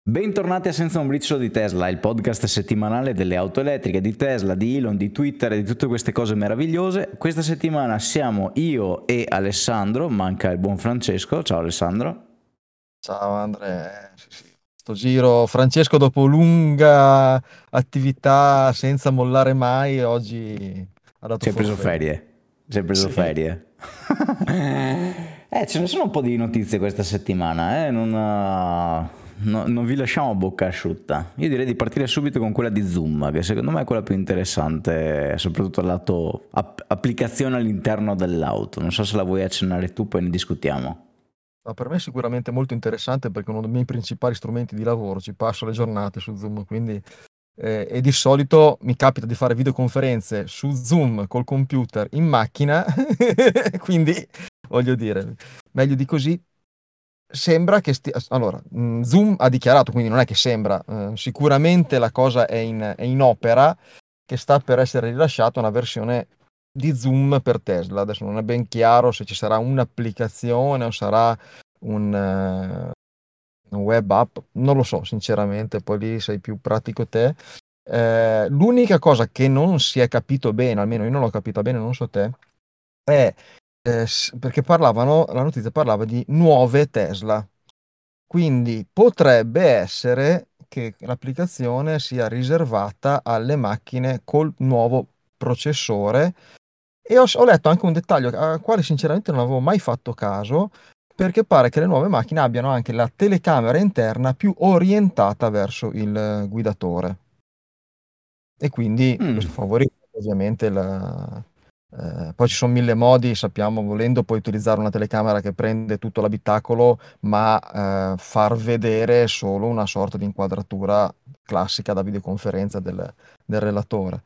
Bentornati a Senza un briciolo di Tesla, il podcast settimanale delle auto elettriche di Tesla, di Elon, di Twitter e di tutte queste cose meravigliose. Questa settimana siamo io e Alessandro, manca il buon Francesco. Ciao Alessandro. Ciao Andrea, sì. Sto giro, Francesco dopo lunga attività senza mollare mai, oggi ha dato Ci hai preso forfè. ferie? Ci hai preso Sì. ferie? Ce ne sono un po' di notizie questa settimana, non vi lasciamo a bocca asciutta. Io direi di partire subito con quella di Zoom, che secondo me è quella più interessante, soprattutto al lato applicazione all'interno dell'auto. Non so se la vuoi accennare tu, poi ne discutiamo. Ma per me è sicuramente molto interessante perché è uno dei miei principali strumenti di lavoro, ci passo le giornate su Zoom, quindi e di solito mi capita di fare videoconferenze su Zoom col computer in macchina, quindi voglio dire, meglio di così. Sembra che allora, Zoom ha dichiarato, quindi non è che sembra, sicuramente la cosa è in opera, che sta per essere rilasciata una versione di Zoom per Tesla. Adesso non è ben chiaro se ci sarà un'applicazione o sarà un web app, non lo so sinceramente, poi lì sei più pratico te. L'unica cosa che non si è capito bene, almeno io non l'ho capita bene, non so te, è perché la notizia parlava di nuove Tesla. Quindi potrebbe essere che l'applicazione sia riservata alle macchine col nuovo processore e ho letto anche un dettaglio al quale sinceramente non avevo mai fatto caso, perché pare che le nuove macchine abbiano anche la telecamera interna più orientata verso il guidatore e quindi questo Mm. favorisce ovviamente poi ci sono mille modi, sappiamo, volendo puoi utilizzare una telecamera che prende tutto l'abitacolo, ma far vedere solo una sorta di inquadratura classica da videoconferenza del relatore.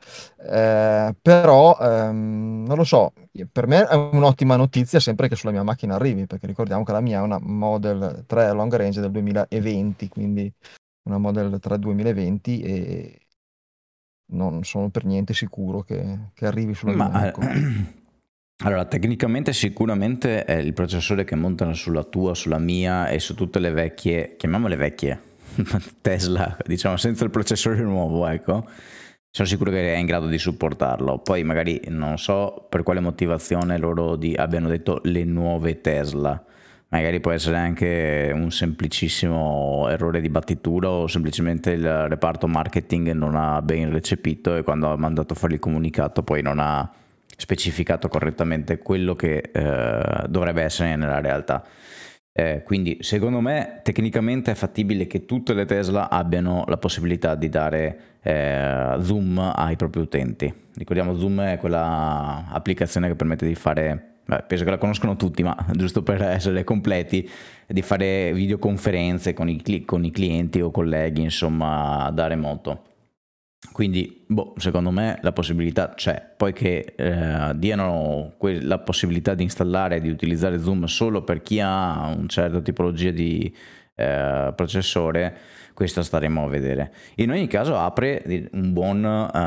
Però non lo so, per me è un'ottima notizia sempre che sulla mia macchina arrivi, perché ricordiamo che la mia è una Model 3 long range del 2020, quindi una Model 3 2020 e non sono per niente sicuro che arrivi sulla Ma mia, ecco. allora, tecnicamente sicuramente è il processore che montano sulla tua, sulla mia e su tutte le vecchie, chiamiamole vecchie, Tesla, diciamo senza il processore nuovo, ecco. Sono sicuro che è in grado di supportarlo. Poi magari non so per quale motivazione loro abbiano detto le nuove Tesla. Magari può essere anche un semplicissimo errore di battitura o semplicemente il reparto marketing non ha ben recepito e quando ha mandato fuori il comunicato poi non ha specificato correttamente quello che dovrebbe essere nella realtà. Quindi secondo me tecnicamente è fattibile che tutte le Tesla abbiano la possibilità di dare zoom ai propri utenti. Ricordiamo, Zoom è quella applicazione che permette di fare, penso che la conoscono tutti, ma giusto per essere completi, di fare videoconferenze con con i clienti o colleghi, insomma, da remoto. Quindi, secondo me la possibilità c'è. Poi che diano la possibilità di installare e di utilizzare Zoom solo per chi ha un certo tipologia di processore, questo staremo a vedere. In ogni caso apre un buon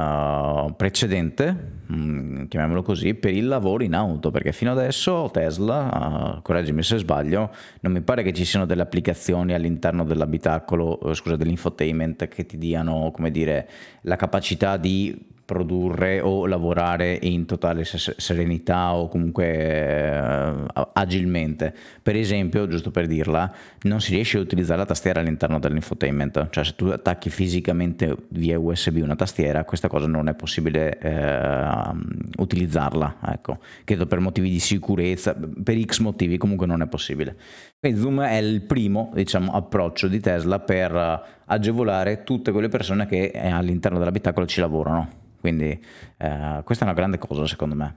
precedente, chiamiamolo così, per il lavoro in auto, perché fino adesso Tesla, correggimi se sbaglio, non mi pare che ci siano delle applicazioni all'interno dell'abitacolo, scusa, dell'infotainment che ti diano, come dire, la capacità di produrre o lavorare in totale serenità o comunque agilmente. Per esempio, giusto per dirla, non si riesce a utilizzare la tastiera all'interno dell'infotainment, cioè se tu attacchi fisicamente via USB una tastiera, questa cosa non è possibile utilizzarla, ecco. Credo per motivi di sicurezza, per X motivi comunque non è possibile. Quindi Zoom è il primo, diciamo, approccio di Tesla per agevolare tutte quelle persone che all'interno dell'abitacolo ci lavorano. Quindi questa è una grande cosa secondo me.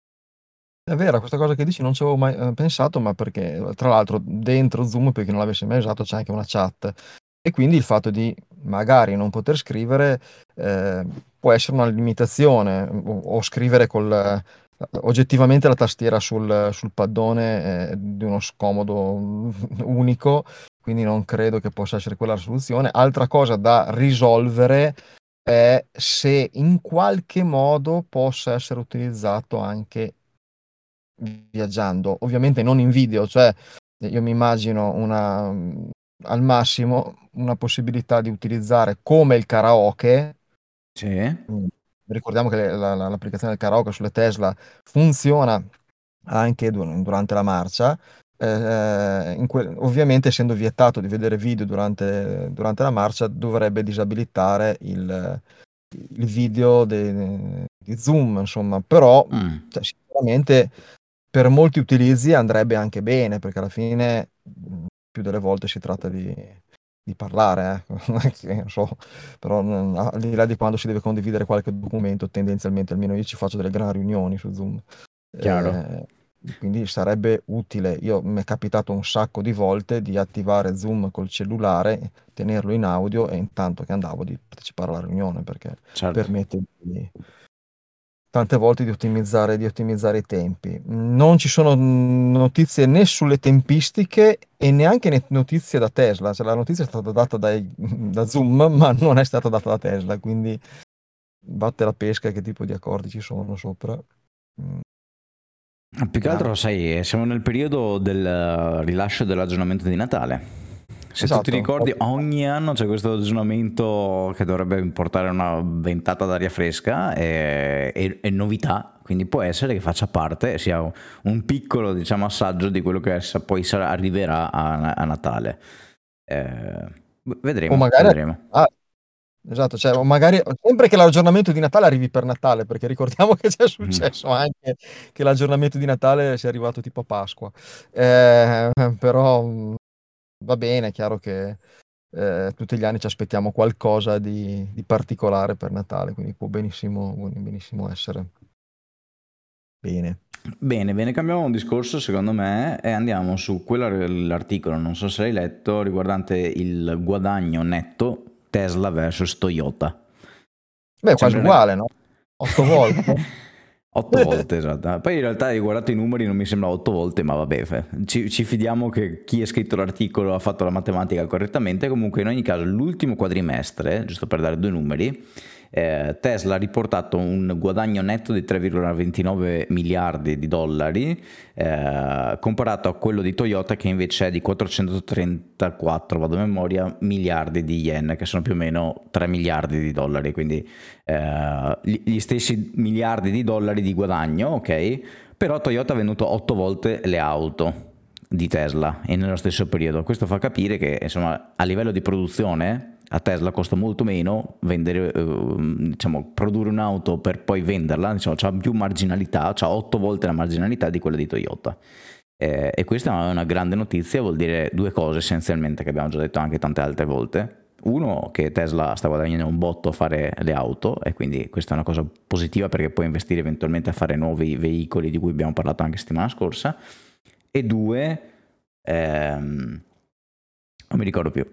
È vera questa cosa che dici, non ci avevo mai pensato, ma perché tra l'altro dentro Zoom, per chi non l'avesse mai usato, c'è anche una chat e quindi il fatto di magari non poter scrivere può essere una limitazione o scrivere oggettivamente la tastiera sul paddone di uno scomodo unico, quindi non credo che possa essere quella la soluzione. Altra cosa da risolvere è se in qualche modo possa essere utilizzato anche viaggiando, ovviamente non in video, cioè io mi immagino al massimo una possibilità di utilizzare come il karaoke. Sì. Ricordiamo che l'applicazione del karaoke sulle Tesla funziona anche durante la marcia. Ovviamente, essendo vietato di vedere video durante la marcia, dovrebbe disabilitare il video di Zoom, insomma, però Mm, cioè, sicuramente per molti utilizzi andrebbe anche bene, perché alla fine più delle volte si tratta di parlare, non è che, non so, però al di là di quando si deve condividere qualche documento, tendenzialmente almeno io ci faccio delle gran riunioni su Zoom. chiaro. Eh, quindi sarebbe utile. Mi è capitato un sacco di volte di attivare Zoom col cellulare, tenerlo in audio e intanto che andavo di partecipare alla riunione perché Certo. permette tante volte di ottimizzare i tempi. Non ci sono notizie né sulle tempistiche e neanche notizie da Tesla. Cioè, la notizia è stata data da Zoom, ma non è stata data da Tesla, quindi batte la pesca che tipo di accordi ci sono sopra. Mm, Più che altro, Vediamo. sai, siamo nel periodo del rilascio dell'aggiornamento di Natale. Se tu ti Esatto. ricordi, ogni anno c'è questo aggiornamento che dovrebbe portare una ventata d'aria fresca e novità, quindi può essere che faccia parte, sia un piccolo, diciamo, assaggio di quello che poi arriverà a Natale. Eh, O vedremo, magari. vedremo. Ah, esatto, cioè, o magari sempre che l'aggiornamento di Natale arrivi per Natale, perché ricordiamo che c'è Mm. successo anche che l'aggiornamento di Natale sia arrivato tipo a Pasqua. Però va bene, è chiaro che tutti gli anni ci aspettiamo qualcosa di particolare per Natale, quindi può benissimo essere. Bene. Bene, bene, cambiamo un discorso secondo me e andiamo su quell'articolo, non so se l'hai letto, riguardante il guadagno netto Tesla versus Toyota. Beh, è quasi Sembra una... uguale, no? 8 volte. 8 volte, esatto. Poi in realtà hai guardato i numeri, non mi sembra 8 volte, ma vabbè, ci fidiamo che chi ha scritto l'articolo ha fatto la matematica correttamente. Comunque, in ogni caso, l'ultimo quadrimestre, giusto per dare due numeri, Tesla ha riportato un guadagno netto di 3,29 miliardi di dollari, comparato a quello di Toyota che invece è di 434, vado a memoria, miliardi di yen, che sono più o meno 3 miliardi di dollari, quindi gli stessi miliardi di dollari di guadagno, ok? Però Toyota ha venduto 8 volte le auto di Tesla e nello stesso periodo. Questo fa capire che insomma a livello di produzione a Tesla costa molto meno vendere, diciamo, produrre un'auto per poi venderla, diciamo, ha più marginalità, ha 8 volte la marginalità di quella di Toyota. E questa è una grande notizia, vuol dire due cose essenzialmente che abbiamo già detto anche tante altre volte. Uno, che Tesla sta guadagnando un botto a fare le auto e quindi questa è una cosa positiva perché può investire eventualmente a fare nuovi veicoli di cui abbiamo parlato anche settimana scorsa. E due, non mi ricordo più.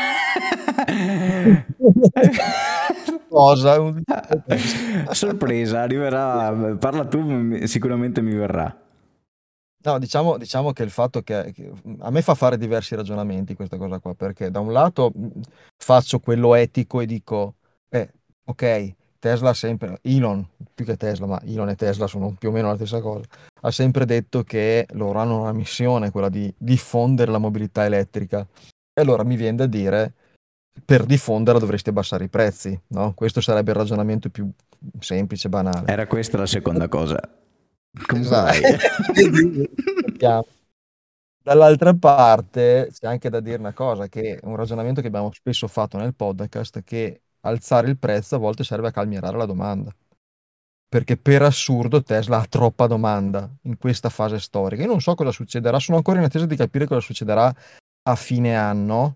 Cosa? Sorpresa, arriverà, parla tu, sicuramente mi verrà. No, diciamo che il fatto che a me fa fare diversi ragionamenti questa cosa qua, perché da un lato faccio quello etico e dico, ok, Tesla ha sempre, Elon, più che Tesla, ma Elon e Tesla sono più o meno la stessa cosa, ha sempre detto che loro hanno una missione, quella di diffondere la mobilità elettrica. E allora mi viene da dire, per diffonderla dovresti abbassare i prezzi, no? Questo sarebbe il ragionamento più semplice, banale. Era questa la seconda cosa. Comunque Esatto. vai. Vediamo. Dall'altra parte c'è anche da dire una cosa, che è un ragionamento che abbiamo spesso fatto nel podcast, che alzare il prezzo a volte serve a calmierare la domanda. Perché per assurdo Tesla ha troppa domanda in questa fase storica. Io non so cosa succederà, sono ancora in attesa di capire cosa succederà a fine anno,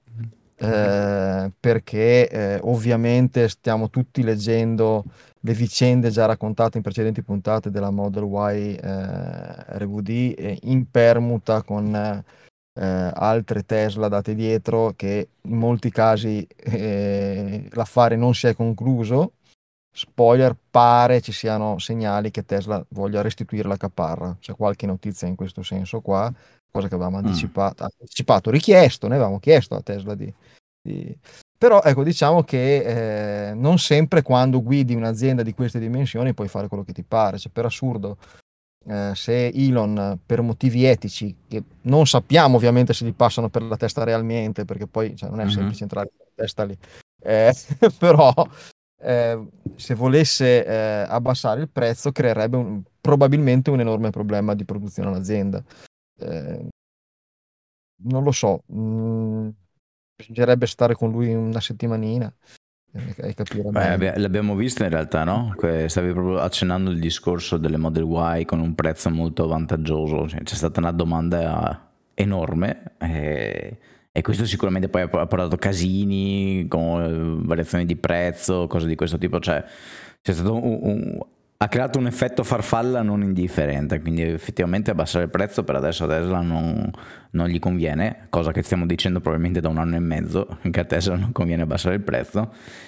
perché ovviamente stiamo tutti leggendo le vicende già raccontate in precedenti puntate della Model Y RVD in permuta con altre Tesla date dietro, che in molti casi l'affare non si è concluso. Spoiler, pare ci siano segnali che Tesla voglia restituire la caparra. C'è qualche notizia in questo senso qua, cosa che avevamo Mm. anticipato, richiesto, ne avevamo chiesto a Tesla di- Però ecco, diciamo che non sempre quando guidi un'azienda di queste dimensioni puoi fare quello che ti pare. Cioè, per assurdo, se Elon per motivi etici, che non sappiamo ovviamente se gli passano per la testa realmente, perché poi cioè, non è Mhm. semplice entrare per la testa lì, eh, però se volesse abbassare il prezzo creerebbe probabilmente un enorme problema di produzione all'azienda. Eh, non lo so, bisognerebbe stare con lui una settimanina e capire meglio. L'abbiamo visto in realtà, no? Stavi proprio accennando il discorso delle Model Y con un prezzo molto vantaggioso. Cioè, c'è stata una domanda enorme e questo sicuramente poi ha portato casini con variazioni di prezzo, cose di questo tipo. Cioè, c'è stato ha creato un effetto farfalla non indifferente, quindi effettivamente abbassare il prezzo per adesso a Tesla non gli conviene, cosa che stiamo dicendo probabilmente da un anno e mezzo, che a Tesla non conviene abbassare il prezzo.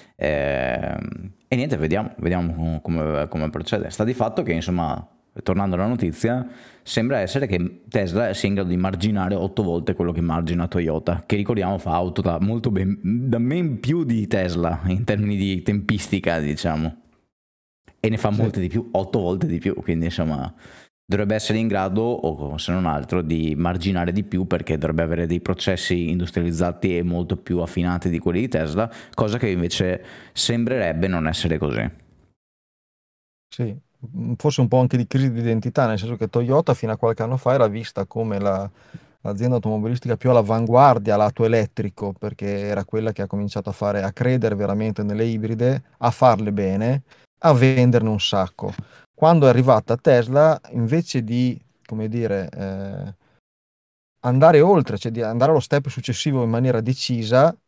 E niente, vediamo come procede. Sta di fatto che, insomma, tornando alla notizia, sembra essere che Tesla sia in grado di marginare 8 volte quello che margina Toyota, che ricordiamo fa auto da ben più di Tesla in termini di tempistica, diciamo. E ne fa Sì. molte di più, 8 volte di più, quindi insomma dovrebbe essere in grado, o se non altro, di marginare di più perché dovrebbe avere dei processi industrializzati e molto più affinati di quelli di Tesla, cosa che invece sembrerebbe non essere così. Sì, forse un po' anche di crisi di identità, nel senso che Toyota fino a qualche anno fa era vista come l'azienda automobilistica più all'avanguardia lato elettrico, perché era quella che ha cominciato a credere veramente nelle ibride, a farle bene, a venderne un sacco. Quando è arrivata Tesla, invece di, come dire, andare oltre, cioè di andare allo step successivo in maniera decisa,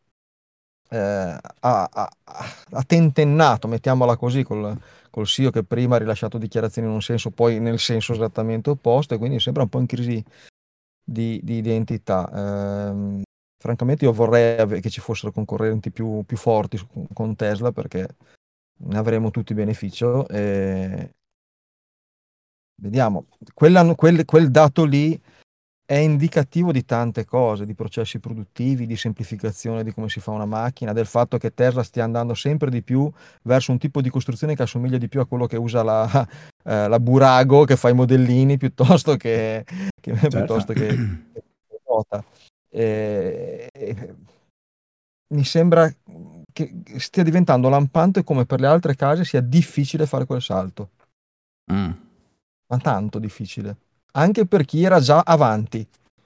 ha tentennato, mettiamola così, col CEO che prima ha rilasciato dichiarazioni in un senso, poi nel senso esattamente opposto, e quindi sembra un po' in crisi di identità. Francamente io vorrei che ci fossero concorrenti più forti con Tesla, perché ne avremo tutti beneficio. Vediamo, quel dato lì è indicativo di tante cose, di processi produttivi, di semplificazione di come si fa una macchina, del fatto che Tesla stia andando sempre di più verso un tipo di costruzione che assomiglia di più a quello che usa la Burago, che fa i modellini, Certo. piuttosto che Toyota. E mi sembra che stia diventando lampante come per le altre case sia difficile fare quel salto, Mm. ma tanto difficile, anche per chi era già avanti.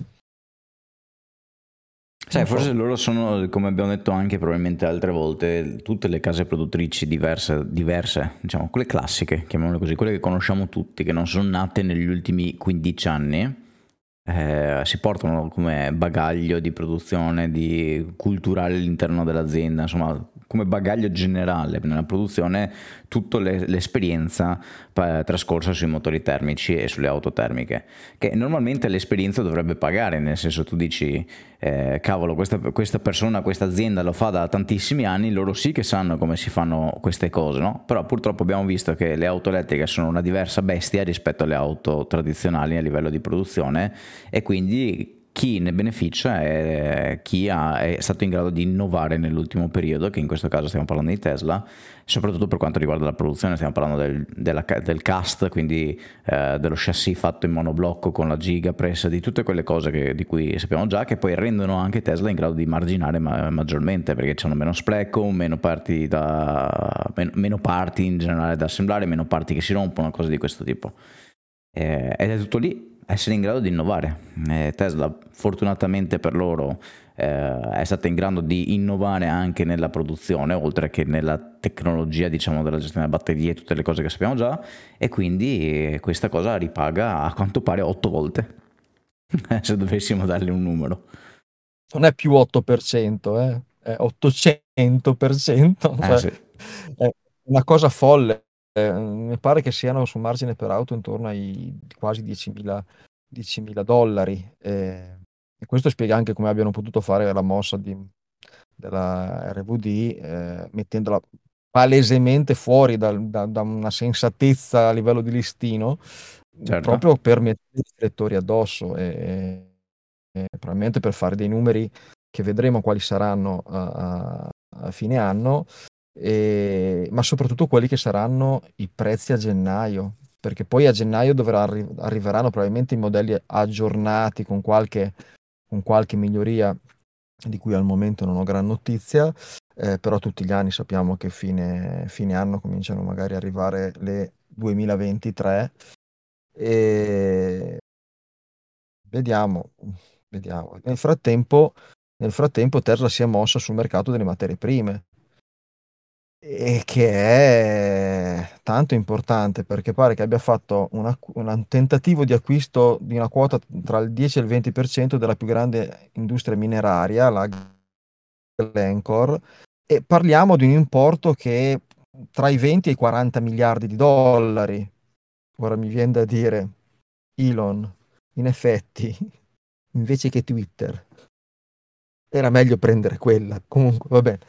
Sai, Non forse so. loro sono, come abbiamo detto anche probabilmente altre volte, tutte le case produttrici diverse, diciamo, quelle classiche, chiamiamole così, quelle che conosciamo tutti, che non sono nate negli ultimi 15 anni, si portano come bagaglio di produzione, di culturale all'interno dell'azienda, insomma, come bagaglio generale nella produzione, tutta l'esperienza trascorsa sui motori termici e sulle auto termiche, che normalmente l'esperienza dovrebbe pagare, nel senso tu dici, cavolo, questa persona, questa azienda lo fa da tantissimi anni, loro sì che sanno come si fanno queste cose, no? Però purtroppo abbiamo visto che le auto elettriche sono una diversa bestia rispetto alle auto tradizionali a livello di produzione e quindi chi ne beneficia è chi è stato in grado di innovare nell'ultimo periodo, che in questo caso stiamo parlando di Tesla, soprattutto per quanto riguarda la produzione, stiamo parlando del cast, quindi dello chassis fatto in monoblocco con la gigapress, di tutte quelle cose di cui sappiamo già, che poi rendono anche Tesla in grado di marginare maggiormente, perché hanno meno spreco, meno parti in generale da assemblare, meno parti che si rompono, cose di questo tipo. Ed è tutto lì, essere in grado di innovare. Tesla, fortunatamente per loro, è stata in grado di innovare anche nella produzione, oltre che nella tecnologia, diciamo, della gestione delle batterie e tutte le cose che sappiamo già, e quindi questa cosa ripaga a quanto pare 8 volte, se dovessimo dargli un numero. Non è più 8%, è 800%, cioè Sì. è una cosa folle. Mi pare che siano su margine per auto intorno ai quasi 10.000 dollari. E questo spiega anche come abbiano potuto fare la mossa della RVD, mettendola palesemente fuori da una sensatezza a livello di listino, Certo. proprio per mettere i riflettori addosso e probabilmente per fare dei numeri che vedremo quali saranno a fine anno, ma soprattutto quelli che saranno i prezzi a gennaio. perché poi a gennaio arriveranno probabilmente i modelli aggiornati con qualche miglioria di cui al momento non ho gran notizia, però tutti gli anni sappiamo che fine anno cominciano magari a arrivare le 2023 e vediamo, vediamo. Nel frattempo Tesla si è mossa sul mercato delle materie prime e che è tanto importante perché pare che abbia fatto un tentativo di acquisto di una quota tra il 10 e il 20% della più grande industria mineraria, la Glencore, e parliamo di un importo che è tra i 20 e i 40 miliardi di dollari. Ora mi viene da dire, Elon, in effetti, invece che Twitter, era meglio prendere quella. Comunque, va bene.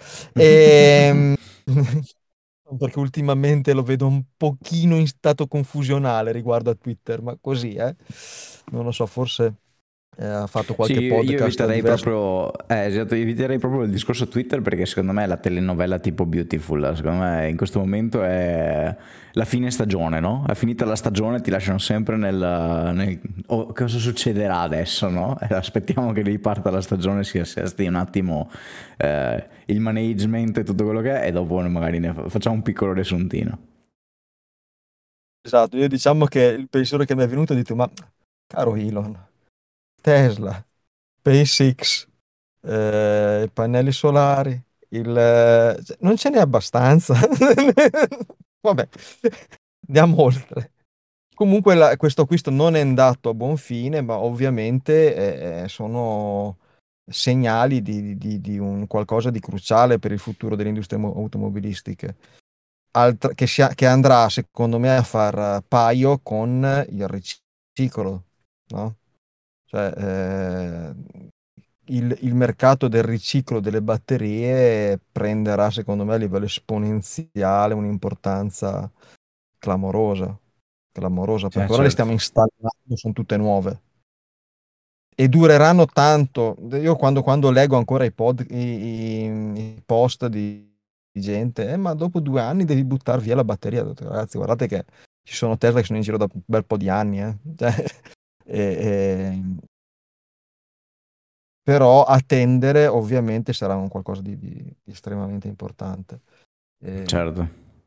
Perché ultimamente lo vedo un pochino in stato confusionale riguardo a Twitter, ma così, eh? Non lo so, forse ha fatto Sì, qualche io podcast eviterei diverso. proprio, esatto, eviterei proprio il discorso Twitter perché secondo me è la telenovela tipo Beautiful, secondo me in questo momento è la fine stagione, no? È finita la stagione, ti lasciano sempre oh, cosa succederà adesso, no? E aspettiamo che riparta la stagione, si assesti un attimo il management e tutto quello che è e dopo magari ne facciamo un piccolo riasuntino. Esatto, io diciamo che il pensiero che mi è venuto è detto, ma caro Elon, Tesla, SpaceX, pannelli solari, cioè, non ce n'è abbastanza. Vabbè, andiamo oltre. Comunque questo acquisto non è andato a buon fine, ma ovviamente sono segnali di un qualcosa di cruciale per il futuro delle industrie automobilistiche, che andrà secondo me a far paio con il riciclo, no? Cioè, il mercato del riciclo delle batterie prenderà secondo me a livello esponenziale un'importanza clamorosa, clamorosa, perché ora le Certo. stiamo installando, sono tutte nuove e dureranno tanto. Io quando leggo ancora i post di gente, ma dopo 2 anni devi buttare via la batteria. Ho detto, ragazzi, guardate che ci sono Tesla che sono in giro da un bel po' di anni, eh. Cioè, e- e- però attendere ovviamente sarà un qualcosa di estremamente importante. E Certo.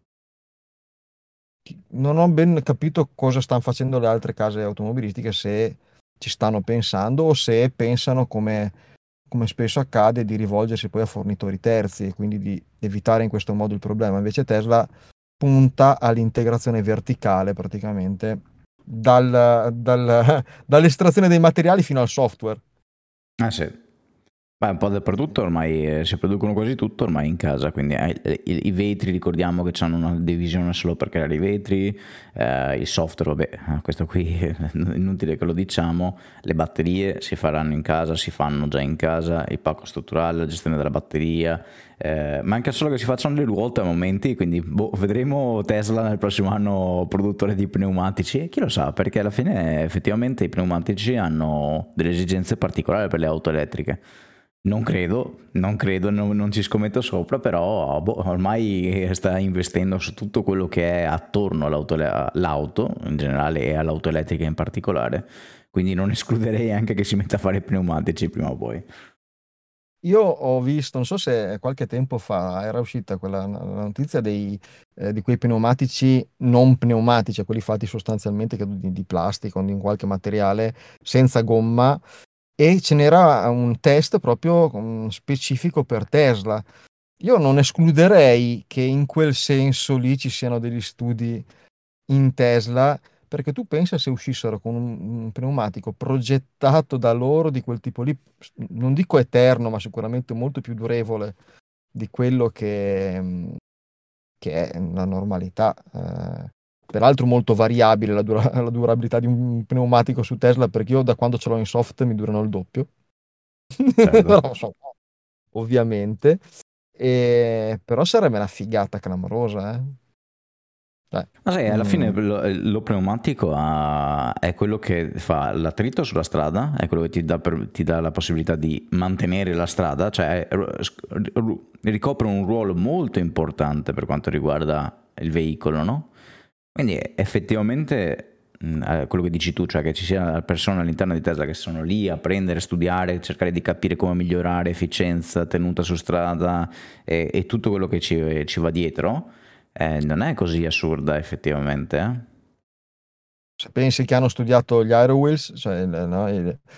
non ho ben capito cosa stanno facendo le altre case automobilistiche, se ci stanno pensando o se pensano come spesso accade, di rivolgersi poi a fornitori terzi e quindi di evitare in questo modo il problema. Invece Tesla punta all'integrazione verticale praticamente dall'estrazione dei materiali fino al software. Ah sì. Beh, un po' dappertutto ormai si producono quasi tutto ormai in casa, quindi i vetri ricordiamo che hanno una divisione solo per creare i vetri, il software, vabbè, questo qui è inutile che lo diciamo, le batterie si faranno in casa, si fanno già in casa, il pacco strutturale, la gestione della batteria, manca solo che si facciano le ruote a momenti, quindi vedremo Tesla nel prossimo anno produttore di pneumatici, e chi lo sa, perché alla fine effettivamente i pneumatici hanno delle esigenze particolari per le auto elettriche. Non credo, non ci scommetto sopra, però ormai sta investendo su tutto quello che è attorno all'auto in generale e all'auto elettrica in particolare, quindi non escluderei anche che si metta a fare pneumatici prima o poi. Io ho visto, non so se qualche tempo fa era uscita la notizia di quei pneumatici non pneumatici, quelli fatti sostanzialmente credo di plastica o di qualche materiale senza gomma, e ce n'era un test proprio specifico per Tesla. Io non escluderei che in quel senso lì ci siano degli studi in Tesla, perché tu pensa se uscissero con un pneumatico progettato da loro di quel tipo lì, non dico eterno, ma sicuramente molto più durevole di quello che è la normalità. Peraltro molto variabile la durabilità di un pneumatico su Tesla, perché io da quando ce l'ho in soft mi durano il doppio. Certo. Però, insomma, ovviamente. Però sarebbe una figata clamorosa, eh. Cioè, Ma sai, alla fine mm, lo pneumatico è quello che fa l'attrito sulla strada, è quello che ti dà la possibilità di mantenere la strada, cioè ricopre un ruolo molto importante per quanto riguarda il veicolo, no? Quindi effettivamente quello che dici tu, cioè che ci sia persone all'interno di Tesla che sono lì a prendere, studiare, cercare di capire come migliorare efficienza, tenuta su strada e tutto quello che ci va dietro, non è così assurda effettivamente. Se pensi che hanno studiato gli aerowheels, cioè no,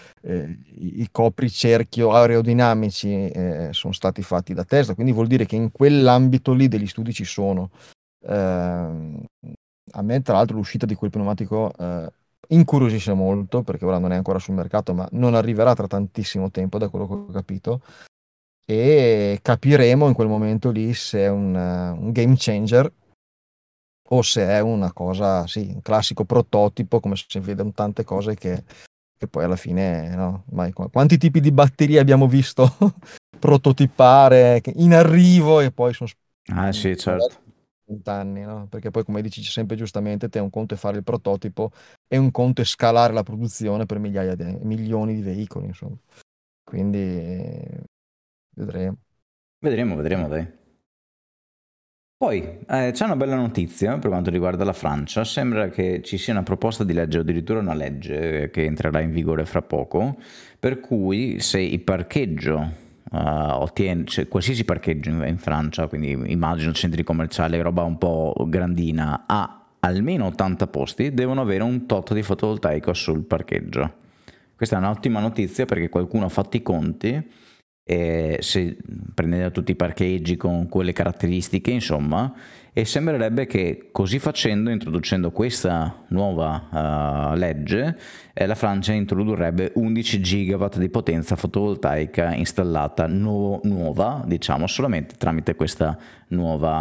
i copricerchio aerodinamici sono stati fatti da Tesla, quindi vuol dire che in quell'ambito lì degli studi ci sono. Ehm, A me, tra l'altro, l'uscita di quel pneumatico incuriosisce molto, perché ora non è ancora sul mercato, ma non arriverà tra tantissimo tempo, da quello che ho capito, e capiremo in quel momento lì se è un game changer o se è una cosa, sì, un classico prototipo, come si vede in tante cose che poi alla fine, no, mai, quanti tipi di batterie abbiamo visto prototipare in arrivo e poi sono Ah sì, magari certo. 20 anni, no? Perché poi, come dici sempre giustamente, te un conto è fare il prototipo e un conto è scalare la produzione per migliaia di milioni di veicoli, insomma. Quindi vedremo. Vedremo, vedremo, dai. Poi c'è una bella notizia per quanto riguarda la Francia, sembra che ci sia una proposta di legge o addirittura una legge che entrerà in vigore fra poco, per cui se il parcheggio cioè qualsiasi parcheggio in Francia, quindi immagino centri commerciali, roba un po' grandina, ha almeno 80 posti, devono avere un tot di fotovoltaico sul parcheggio. Questa è un'ottima notizia perché qualcuno ha fatto i conti e se prendendo tutti i parcheggi con quelle caratteristiche, insomma, e sembrerebbe che così facendo, introducendo questa nuova legge, la Francia introdurrebbe 11 gigawatt di potenza fotovoltaica installata nuova, diciamo, solamente tramite questa nuova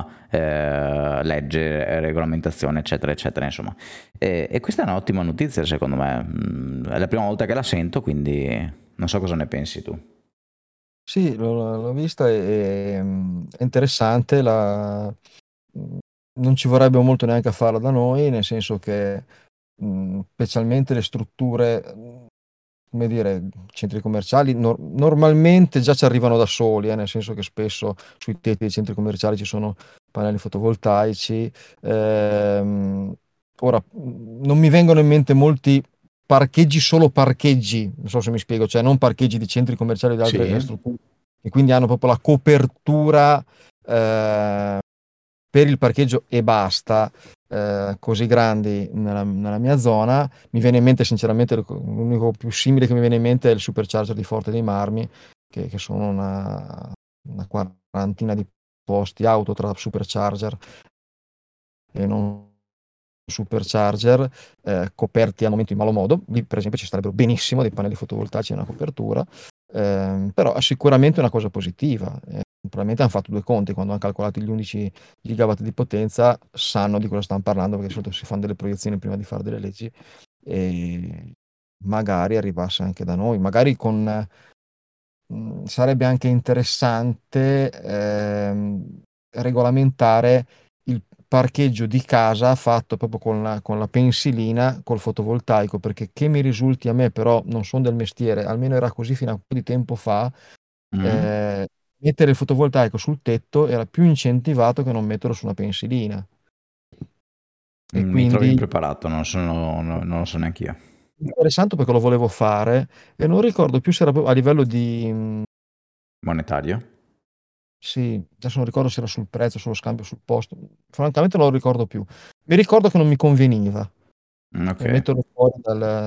legge, regolamentazione, eccetera, eccetera, insomma. E questa è un'ottima notizia, secondo me. È la prima volta che la sento, quindi non so cosa ne pensi tu. Sì, l'ho vista, è interessante, non ci vorrebbe molto neanche a farla da noi, nel senso che specialmente le strutture, come dire, centri commerciali, normalmente già ci arrivano da soli, nel senso che spesso sui tetti dei centri commerciali ci sono pannelli fotovoltaici. Ehm, Ora, non mi vengono in mente molti parcheggi, solo parcheggi, non so se mi spiego, cioè non parcheggi di centri commerciali o di altre Sì. strutture, e quindi hanno proprio la copertura eh, per il parcheggio e basta, così grandi nella mia zona. Mi viene in mente sinceramente l'unico più simile che mi viene in mente è il supercharger di Forte dei Marmi, che sono una quarantina di posti auto tra supercharger e non supercharger, coperti al momento in malo modo. Lì per esempio ci starebbero benissimo dei pannelli fotovoltaici e una copertura, però è sicuramente una cosa positiva. Probabilmente hanno fatto due conti quando hanno calcolato gli 11 gigawatt di potenza, sanno di cosa stanno parlando, perché di solito si fanno delle proiezioni prima di fare delle leggi, e magari arrivasse anche da noi, magari sarebbe anche interessante regolamentare il parcheggio di casa fatto proprio con la pensilina, col fotovoltaico, perché che mi risulti a me, però non sono del mestiere, almeno era così fino a un po' di tempo fa, Mm. eh, mettere il fotovoltaico sul tetto era più incentivato che non metterlo su una pensilina. E Mi trovi quindi impreparato, non lo so neanche io. interessante, perché lo volevo fare e non ricordo più se era proprio a livello di. Monetario? Sì, adesso non ricordo se era sul prezzo, sullo scambio, sul posto. Francamente non lo ricordo più. Mi ricordo che non mi conveniva Ok. metterlo fuori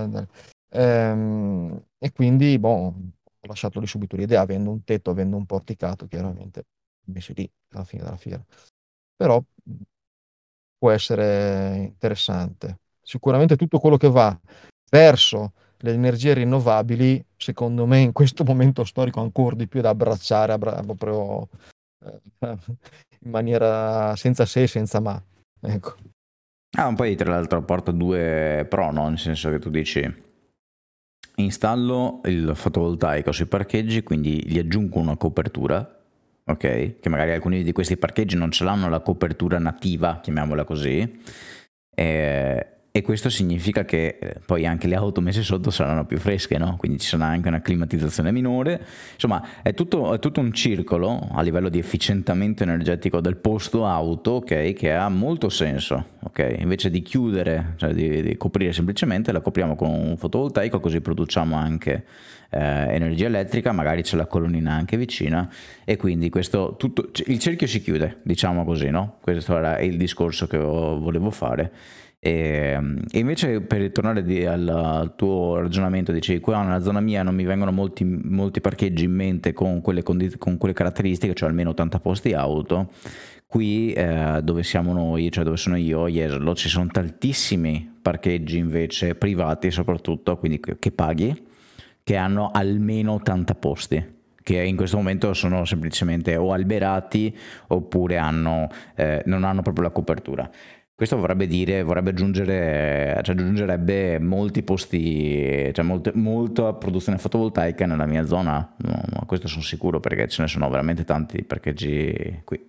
e quindi, boh, ho lasciato lì subito l'idea, avendo un tetto, avendo un porticato, chiaramente, messo lì alla fine della fiera. Però può essere interessante. Sicuramente tutto quello che va verso le energie rinnovabili, secondo me, in questo momento storico ancora di più da abbracciare proprio eh, in maniera senza se e senza ma. Ecco. Poi tra l'altro porta due pro, no? Nel senso che tu dici installo il fotovoltaico sui parcheggi, quindi gli aggiungo una copertura, ok? Che magari alcuni di questi parcheggi non ce l'hanno la copertura nativa, chiamiamola così, e E questo significa che poi anche le auto messe sotto saranno più fresche, no? Quindi ci sarà anche una climatizzazione minore. Insomma, è tutto un circolo a livello di efficientamento energetico del posto auto, ok? Che ha molto senso, ok? Invece di chiudere, cioè di coprire semplicemente, la copriamo con un fotovoltaico, così produciamo anche energia elettrica, magari c'è la colonnina anche vicina, e quindi questo tutto, il cerchio si chiude, diciamo così, no? Questo era il discorso che volevo fare. E invece, per ritornare al tuo ragionamento, dicevi qua nella zona mia non mi vengono molti parcheggi in mente con con quelle caratteristiche, cioè almeno 80 posti auto. Qui dove siamo noi, cioè dove sono io, a Jesolo, ci sono tantissimi parcheggi invece privati soprattutto, quindi che paghi, che hanno almeno 80 posti, che in questo momento sono semplicemente o alberati oppure non hanno proprio la copertura. Questo vorrebbe aggiungere, cioè aggiungerebbe molti posti, cioè molta produzione fotovoltaica nella mia zona. No, ma questo sono sicuro, perché ce ne sono veramente tanti parcheggi qui.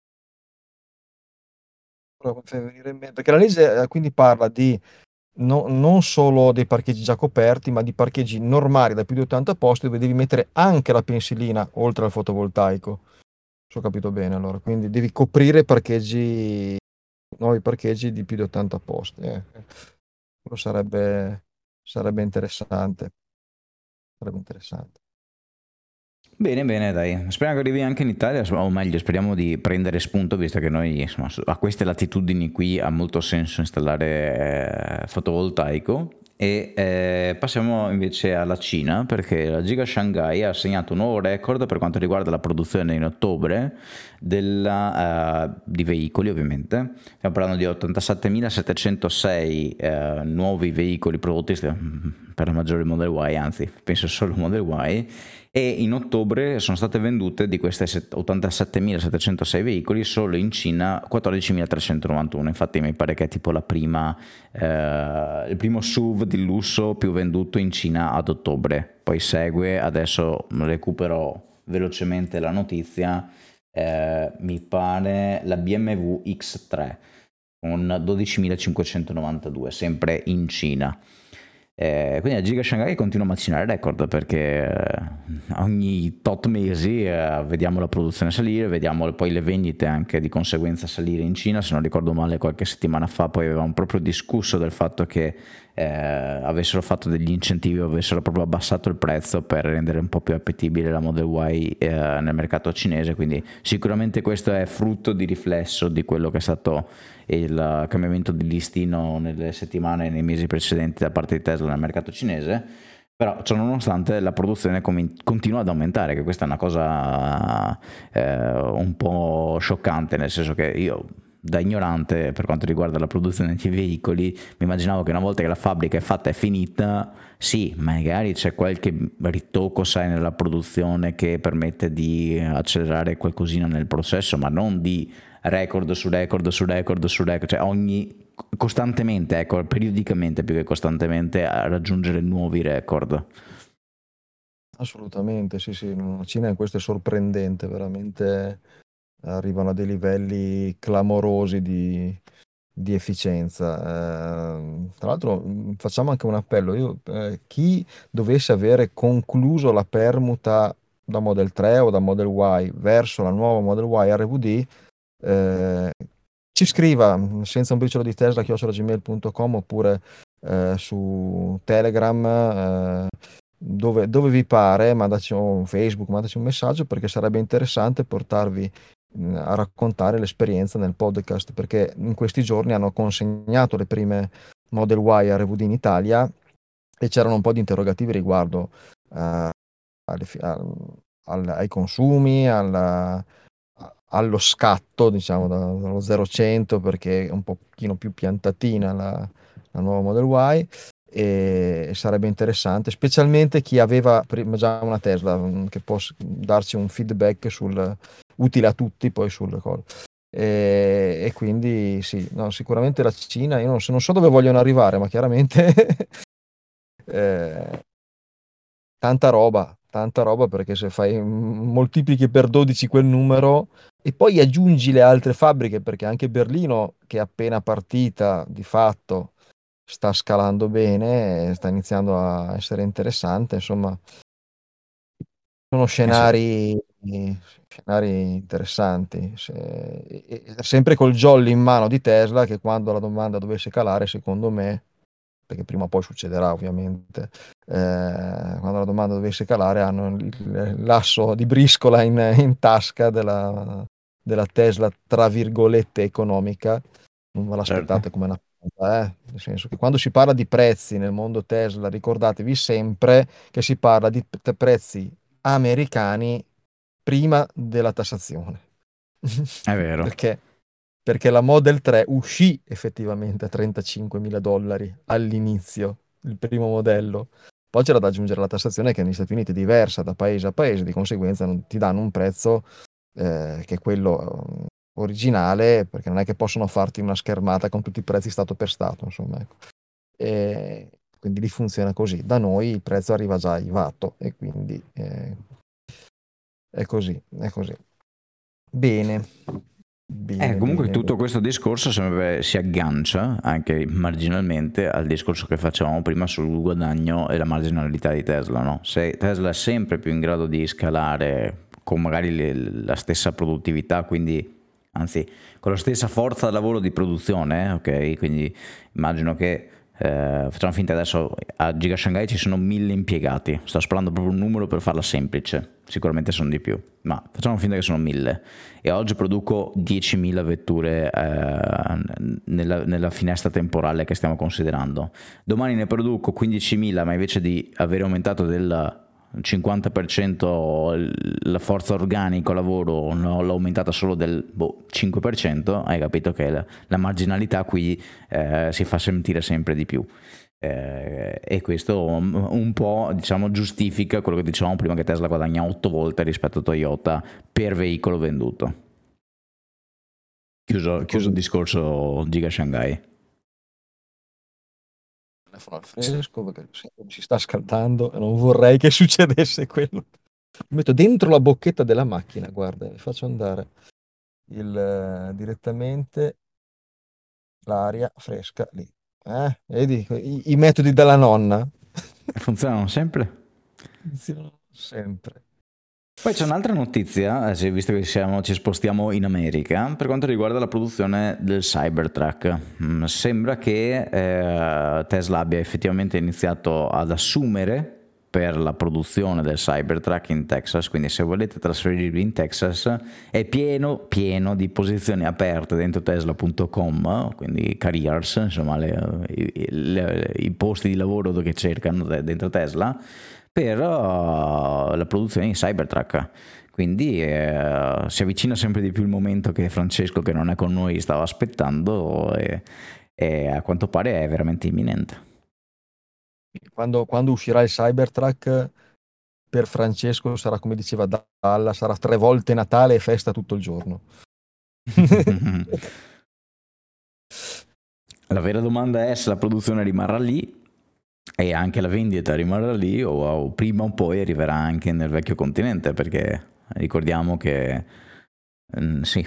Però mi fai venire in mente- Perché la legge quindi parla di non solo dei parcheggi già coperti, ma di parcheggi normali da più di 80 posti dove devi mettere anche la pensilina oltre al fotovoltaico. Se ho capito bene, allora. Quindi devi coprire parcheggi, nuovi parcheggi di più di 80 posti. Quello sarebbe interessante. Sarebbe interessante. Bene, bene, dai. Speriamo che arrivi anche in Italia, o meglio, speriamo di prendere spunto, visto che noi, insomma, a queste latitudini qui ha molto senso installare fotovoltaico. E passiamo invece alla Cina, perché la Giga Shanghai ha segnato un nuovo record per quanto riguarda la produzione in ottobre di veicoli, ovviamente. Stiamo parlando di 87.706 nuovi veicoli prodotti per la maggiore Model Y, anzi, penso solo Model Y, e in ottobre sono state vendute di questi 87.706 veicoli solo in Cina 14.391. Infatti mi pare che è tipo il primo SUV di lusso più venduto in Cina ad ottobre. Poi segue, adesso recupero velocemente la notizia, mi pare la BMW X3 con 12.592, sempre in Cina. Quindi la Giga Shanghai continua a macinare record, perché ogni tot mesi vediamo la produzione salire, vediamo poi le vendite anche di conseguenza salire in Cina. Se non ricordo male, qualche settimana fa poi avevamo proprio discusso del fatto che avessero fatto degli incentivi, avessero proprio abbassato il prezzo per rendere un po' più appetibile la Model Y nel mercato cinese. Quindi sicuramente questo è frutto di riflesso di quello che è stato il cambiamento di listino nelle settimane e nei mesi precedenti da parte di Tesla nel mercato cinese. Però ciononostante la produzione continua ad aumentare, che questa è una cosa un po' scioccante, nel senso che io, da ignorante per quanto riguarda la produzione di veicoli, mi immaginavo che una volta che la fabbrica è fatta e finita, sì, magari c'è qualche ritocco, sai, nella produzione che permette di accelerare qualcosina nel processo, ma non di record su record su record su record, cioè costantemente, ecco, periodicamente più che costantemente, a raggiungere nuovi record. Assolutamente, sì, sì. La Cina in questo è sorprendente, veramente arrivano a dei livelli clamorosi di efficienza. Tra l'altro, facciamo anche un appello. Chi dovesse avere concluso la permuta da Model 3 o da Model Y verso la nuova Model Y RVD, eh, ci scriva senza un briciolo di Tesla @gmail.com, oppure su Telegram, dove vi pare, mandaci un Facebook, mandaci un messaggio, perché sarebbe interessante portarvi a raccontare l'esperienza nel podcast, perché in questi giorni hanno consegnato le prime Model Y RVD in Italia e c'erano un po' di interrogativi riguardo alle fi- al- ai consumi, allo scatto, diciamo, dallo 0 a 100, perché è un pochino più piantatina la nuova Model Y, e sarebbe interessante, specialmente chi aveva prima già una Tesla, che può darci un feedback utile a tutti poi sulle cose. E quindi sì, no, sicuramente la Cina, io non so dove vogliono arrivare, ma chiaramente eh, tanta roba, perché se fai moltiplichi per 12 quel numero e poi aggiungi le altre fabbriche, perché anche Berlino, che è appena partita di fatto, sta scalando bene, sta iniziando a essere interessante, insomma, sono Eh sì, scenari interessanti. Sempre col jolly in mano di Tesla, che quando la domanda dovesse calare, secondo me, perché prima o poi succederà ovviamente, quando la domanda dovesse calare hanno l'asso di briscola in tasca della Tesla, tra virgolette, economica. Non ve certo. l'aspettate come una cosa, eh? Nel senso che quando si parla di prezzi nel mondo Tesla, ricordatevi sempre che si parla di prezzi americani prima della tassazione. È vero. Perché? Perché la Model 3 uscì effettivamente a $35.000 all'inizio, il primo modello. Poi c'era da aggiungere la tassazione che negli Stati Uniti è diversa da paese a paese, di conseguenza non ti danno un prezzo che è quello originale, perché non è che possono farti una schermata con tutti i prezzi stato per stato, insomma, ecco. E quindi lì funziona così. Da noi il prezzo arriva già IVAto e quindi è così, è così. Bene, bene, Comunque bene, tutto bene. questo discorso si aggancia anche marginalmente al discorso che facevamo prima sul guadagno e la marginalità di Tesla, no? Se Tesla è sempre più in grado di scalare con magari la stessa produttività, quindi anzi con la stessa forza lavoro di produzione, ok? Quindi immagino che facciamo finta adesso a Giga Shanghai ci sono 1000 impiegati, sto sparando proprio un numero per farla semplice, sicuramente sono di più, ma facciamo finta che sono 1000 e oggi produco 10.000 vetture nella finestra temporale che stiamo considerando. Domani ne produco 15.000, ma invece di avere aumentato del 50% la forza organica lavoro, no, l'ho aumentata solo del 5%, hai capito che la marginalità qui si fa sentire sempre di più. E questo un po', diciamo, giustifica quello che dicevamo prima, che Tesla guadagna 8 volte rispetto a Toyota per veicolo venduto. È Chiuso il così. discorso Giga Shanghai. Telefono al fresco perché si sta scaldando e non vorrei che succedesse quello. Mi metto dentro la bocchetta della macchina, guarda, e faccio andare direttamente l'aria fresca lì. Vedi, i metodi della nonna Funzionano sempre? funzionano sempre. Poi c'è un'altra notizia, visto che ci spostiamo in America, per quanto riguarda la produzione del Cybertruck. Sembra che Tesla abbia effettivamente iniziato ad assumere per la produzione del Cybertruck in Texas, quindi se volete trasferirvi in Texas è pieno di posizioni aperte dentro tesla.com, quindi careers, insomma i posti di lavoro che cercano dentro Tesla per la produzione di Cybertruck. Quindi si avvicina sempre di più il momento che Francesco, che non è con noi, stava aspettando e a quanto pare è veramente imminente. Quando uscirà il Cybertruck, per Francesco sarà come diceva Dalla, sarà 3 volte Natale e festa tutto il giorno. La vera domanda è se la produzione rimarrà lì e anche la vendita rimarrà lì o prima o poi arriverà anche nel vecchio continente, perché ricordiamo che sì,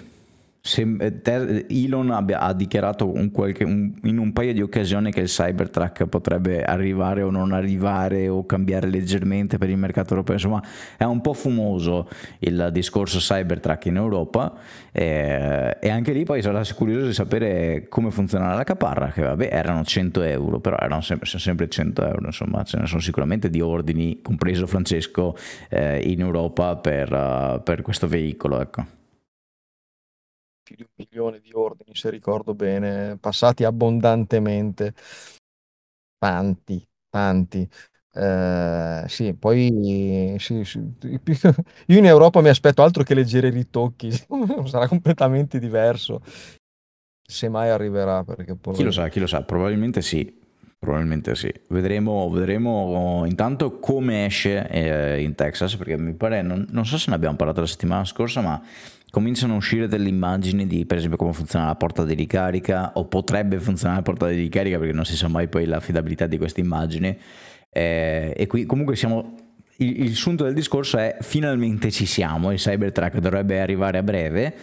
Elon ha dichiarato in un paio di occasioni che il Cybertruck potrebbe arrivare o non arrivare o cambiare leggermente per il mercato europeo. Insomma, è un po' fumoso il discorso Cybertruck in Europa e anche lì poi sarà curioso di sapere come funzionerà la caparra, che vabbè erano 100 euro, però erano sempre 100 euro, insomma ce ne sono sicuramente di ordini, compreso Francesco, in Europa per questo veicolo, ecco. Più di 1 milione di ordini, se ricordo bene, passati abbondantemente, tanti, tanti. Sì, poi sì, io in Europa mi aspetto altro che leggeri ritocchi, sarà completamente diverso, se mai arriverà, perché poi Chi lo sa, probabilmente sì. Probabilmente sì. Vedremo intanto come esce in Texas, perché mi pare, non so se ne abbiamo parlato la settimana scorsa, ma cominciano a uscire delle immagini di, per esempio, come funziona la porta di ricarica, o potrebbe funzionare la porta di ricarica, perché non si sa mai poi l'affidabilità di queste immagini. E qui comunque il sunto del discorso è finalmente ci siamo, il Cybertruck dovrebbe arrivare a breve.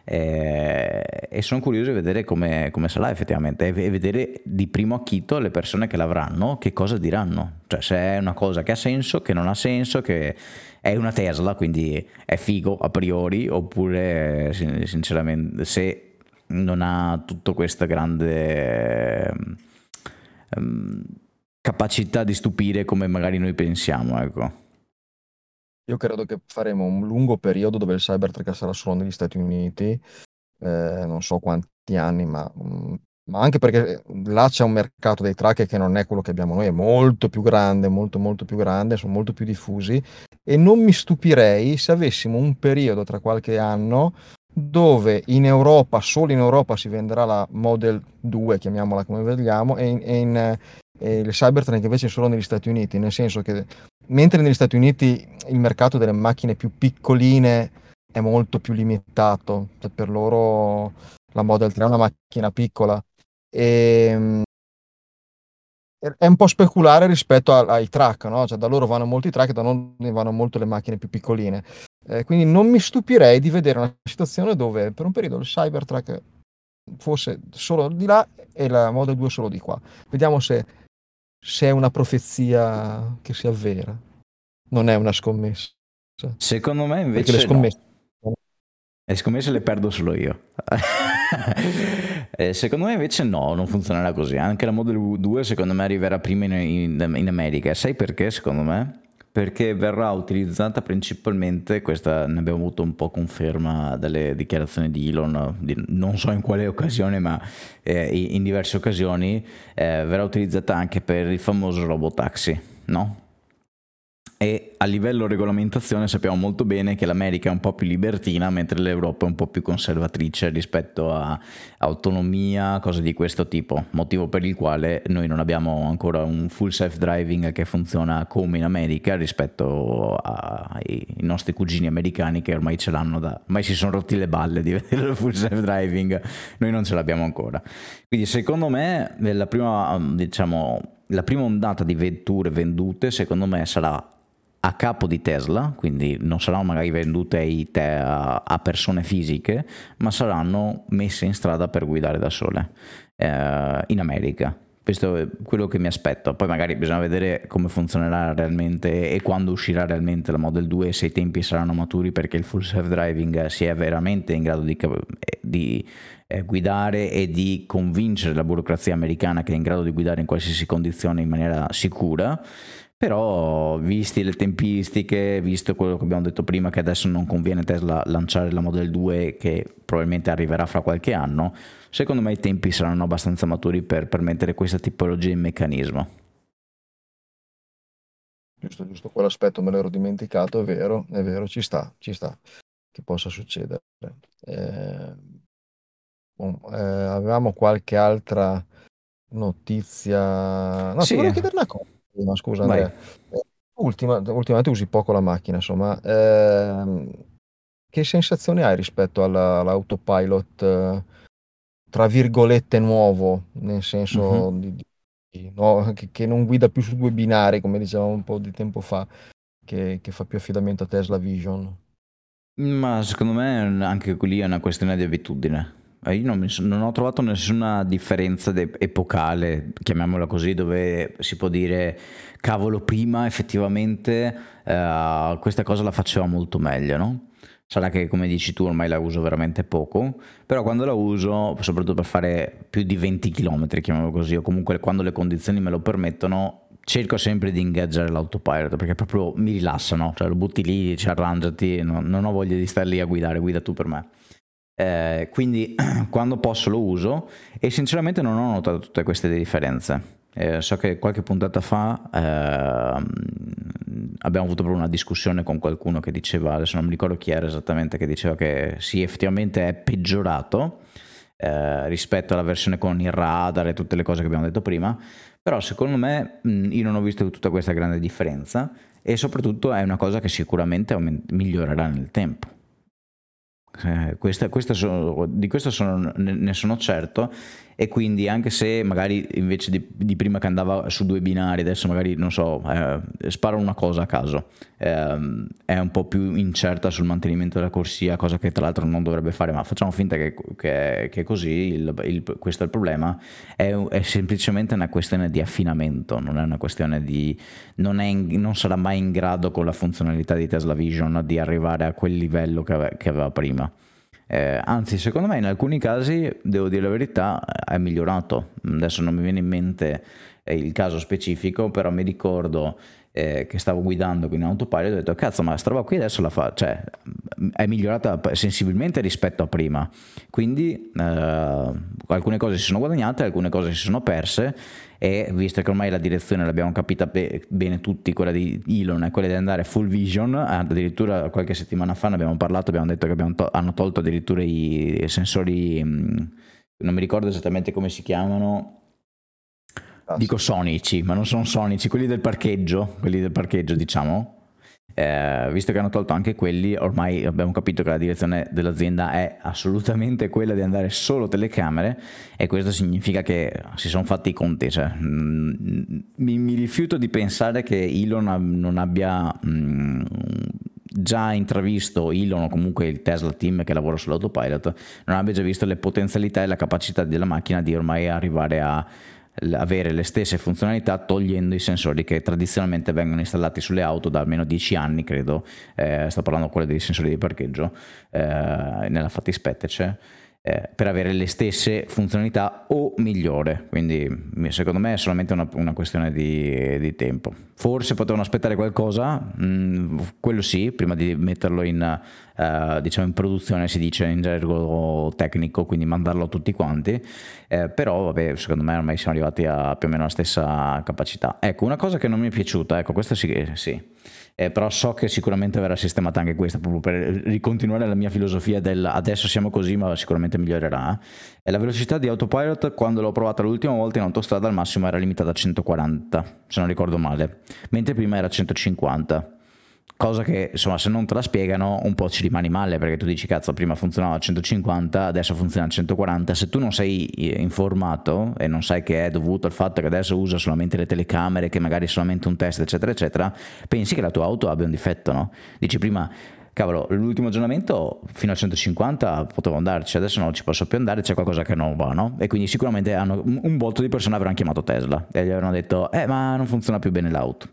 e sono curioso di vedere come sarà effettivamente e vedere di primo acchito le persone che l'avranno che cosa diranno, cioè se è una cosa che ha senso, che non ha senso, che è una Tesla quindi è figo a priori, oppure sinceramente se non ha tutta questa grande ehm, capacità di stupire come magari noi pensiamo, ecco. Io credo che faremo un lungo periodo dove il Cybertruck sarà solo negli Stati Uniti, non so quanti anni, ma anche perché là c'è un mercato dei truck che non è quello che abbiamo noi, è molto più grande, molto molto più grande, sono molto più diffusi e non mi stupirei se avessimo un periodo tra qualche anno dove in Europa, solo in Europa si venderà la Model 2, chiamiamola come vogliamo, e il Cybertruck invece solo negli Stati Uniti, nel senso che mentre negli Stati Uniti il mercato delle macchine più piccoline è molto più limitato, cioè per loro la Model 3 è una macchina piccola e è un po' speculare rispetto ai truck, no? Cioè da loro vanno molti truck, da noi vanno molto le macchine più piccoline. Quindi non mi stupirei di vedere una situazione dove per un periodo il Cybertruck fosse solo di là e la Model 2 solo di qua. Vediamo se è una profezia che si avvera. Non è una scommessa, Secondo me perché le invece no. scommesse... Le scommesse le perdo solo io. Secondo me invece no, non funzionerà così. Anche la Model 2 secondo me arriverà prima in America. Sai perché secondo me? Perché verrà utilizzata principalmente, questa ne abbiamo avuto un po' conferma dalle dichiarazioni di Elon, non so in quale occasione, ma in diverse occasioni, verrà utilizzata anche per il famoso robotaxi, no? E a livello regolamentazione sappiamo molto bene che l'America è un po' più libertina, mentre l'Europa è un po' più conservatrice rispetto a autonomia, cose di questo tipo, motivo per il quale noi non abbiamo ancora un full self-driving che funziona come in America rispetto ai nostri cugini americani che ormai ce l'hanno ormai si sono rotti le balle di vedere il full self-driving, noi non ce l'abbiamo ancora. Quindi secondo me la prima, diciamo, la prima ondata di vetture vendute secondo me sarà a capo di Tesla, quindi non saranno magari vendute a persone fisiche, ma saranno messe in strada per guidare da sole in America. Questo è quello che mi aspetto. Poi magari bisogna vedere come funzionerà realmente e quando uscirà realmente la Model 2, se i tempi saranno maturi perché il full self-driving sia veramente in grado di guidare e di convincere la burocrazia americana che è in grado di guidare in qualsiasi condizione in maniera sicura. Però, visti le tempistiche, visto quello che abbiamo detto prima, che adesso non conviene Tesla lanciare la Model 2, che probabilmente arriverà fra qualche anno, secondo me i tempi saranno abbastanza maturi per permettere questa tipologia di meccanismo. Giusto, giusto, quell'aspetto me l'ero dimenticato, è vero, ci sta che possa succedere. Eh, avevamo qualche altra notizia? No, ti Sì, volevo chiedere una cosa, ma scusa vai. Andrea. Ultimamente usi poco la macchina, insomma. Che sensazione hai rispetto all'autopilot, tra virgolette, nuovo, nel senso Mhm. che non guida più su due binari, come dicevamo un po' di tempo fa, che fa più affidamento a Tesla Vision? Ma secondo me anche lì è una questione di abitudine. Io non ho trovato nessuna differenza epocale, chiamiamola così, dove si può dire, cavolo, prima effettivamente questa cosa la faceva molto meglio, no? Sarà che come dici tu ormai la uso veramente poco, però quando la uso, soprattutto per fare più di 20 km, chiamiamolo così, o comunque quando le condizioni me lo permettono, cerco sempre di ingaggiare l'autopilot perché proprio mi rilassano, cioè lo butti lì, ci arrangiati, non ho voglia di stare lì a guidare, guida tu per me. Quindi quando posso lo uso e sinceramente non ho notato tutte queste differenze. So che qualche puntata fa abbiamo avuto proprio una discussione con qualcuno che diceva, adesso non mi ricordo chi era esattamente, che diceva che sì, effettivamente è peggiorato rispetto alla versione con il radar e tutte le cose che abbiamo detto prima, però secondo me io non ho visto tutta questa grande differenza e soprattutto è una cosa che sicuramente migliorerà nel tempo. Di questo ne sono certo, e quindi anche se magari invece di prima che andava su due binari, adesso magari non so, sparo una cosa a caso, è un po' più incerta sul mantenimento della corsia, cosa che tra l'altro non dovrebbe fare, ma facciamo finta che è così. Questo è il problema. È semplicemente una questione di affinamento, non è una questione di non sarà mai in grado con la funzionalità di Tesla Vision di arrivare a quel livello che aveva prima. Anzi, secondo me in alcuni casi, devo dire la verità, è migliorato. Adesso non mi viene in mente il caso specifico, però mi ricordo che stavo guidando in autopilot e ho detto cazzo, ma sta roba qui adesso la fa, cioè è migliorata sensibilmente rispetto a prima. Quindi alcune cose si sono guadagnate, alcune cose si sono perse, e visto che ormai la direzione l'abbiamo capita bene tutti, quella di Elon è quella di andare full vision. Addirittura qualche settimana fa ne abbiamo parlato, abbiamo detto che hanno tolto addirittura i sensori, non mi ricordo esattamente come si chiamano, dico sonici, ma non sono sonici, quelli del parcheggio diciamo. Visto che hanno tolto anche quelli, ormai abbiamo capito che la direzione dell'azienda è assolutamente quella di andare solo telecamere, e questo significa che si sono fatti i conti. Cioè, mi rifiuto di pensare che Elon non abbia già intravisto, Elon o comunque il Tesla team che lavora sull'autopilot, non abbia già visto le potenzialità e la capacità della macchina di ormai arrivare a avere le stesse funzionalità togliendo i sensori che tradizionalmente vengono installati sulle auto da almeno 10 anni, credo. Sto parlando quello dei sensori di parcheggio, nella fattispecie, per avere le stesse funzionalità o migliore. Quindi secondo me è solamente una questione di tempo. Forse potevano aspettare qualcosa, quello sì, prima di metterlo in produzione, si dice in gergo tecnico, quindi mandarlo a tutti quanti. Però vabbè, secondo me ormai siamo arrivati a più o meno la stessa capacità. Ecco, una cosa che non mi è piaciuta, ecco, questa sì. Però so che sicuramente verrà sistemata anche questa, proprio per ricontinuare la mia filosofia del adesso siamo così ma sicuramente migliorerà. E la velocità di autopilot, quando l'ho provata l'ultima volta in autostrada, al massimo era limitata a 140, se non ricordo male, mentre prima era 150. Cosa che, insomma, se non te la spiegano un po' ci rimani male, perché tu dici cazzo, prima funzionava a 150, adesso funziona a 140. Se tu non sei informato e non sai che è dovuto al fatto che adesso usa solamente le telecamere, che magari è solamente un test, eccetera eccetera, pensi che la tua auto abbia un difetto, no? Dici prima, cavolo, l'ultimo aggiornamento fino a 150 potevo andarci, adesso non ci posso più andare, c'è qualcosa che non va, no? E quindi sicuramente un botto di persone avranno chiamato Tesla e gli avranno detto ma non funziona più bene l'auto.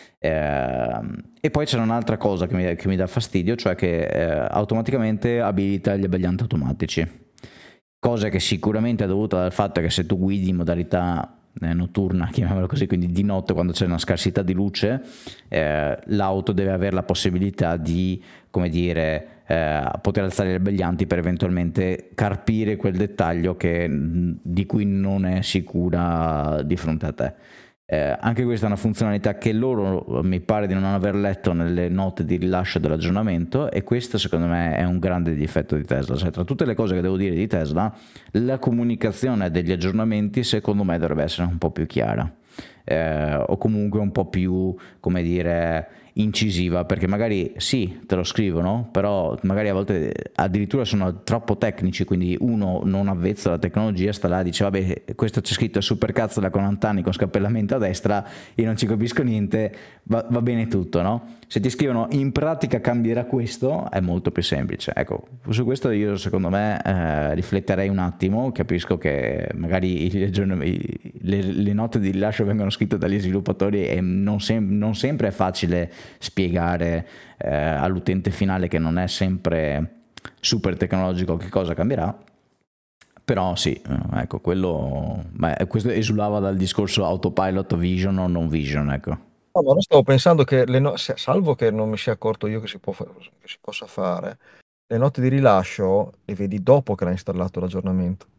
E poi c'è un'altra cosa che mi dà fastidio, cioè che automaticamente abilita gli abbaglianti automatici, cosa che sicuramente è dovuta dal fatto che se tu guidi in modalità notturna, chiamiamolo così, quindi di notte quando c'è una scarsità di luce, l'auto deve avere la possibilità di, come dire, poter alzare gli abbaglianti per eventualmente carpire quel dettaglio di cui non è sicura di fronte a te. Anche questa è una funzionalità che loro mi pare di non aver letto nelle note di rilascio dell'aggiornamento, e questo secondo me è un grande difetto di Tesla. Cioè, tra tutte le cose che devo dire di Tesla, la comunicazione degli aggiornamenti secondo me dovrebbe essere un po' più chiara, o comunque un po' più, come dire, incisiva, perché magari sì, te lo scrivono, però magari a volte addirittura sono troppo tecnici, quindi uno non avvezzo alla tecnologia sta là e dice vabbè, questo c'è scritto super cazzo da 40 anni con scappellamento a destra, io non ci capisco niente, va bene tutto, no? Se ti scrivono in pratica cambierà questo, è molto più semplice. Ecco, su questo io secondo me rifletterei un attimo, capisco che magari le note di rilascio vengono scritte dagli sviluppatori e non sempre è facile spiegare all'utente finale, che non è sempre super tecnologico, che cosa cambierà. Però sì, ecco, questo esulava dal discorso autopilot vision o non vision, ecco. No, ma io stavo pensando che salvo che non mi sia accorto io che che si possa fare, le note di rilascio le vedi dopo che l'hai installato l'aggiornamento.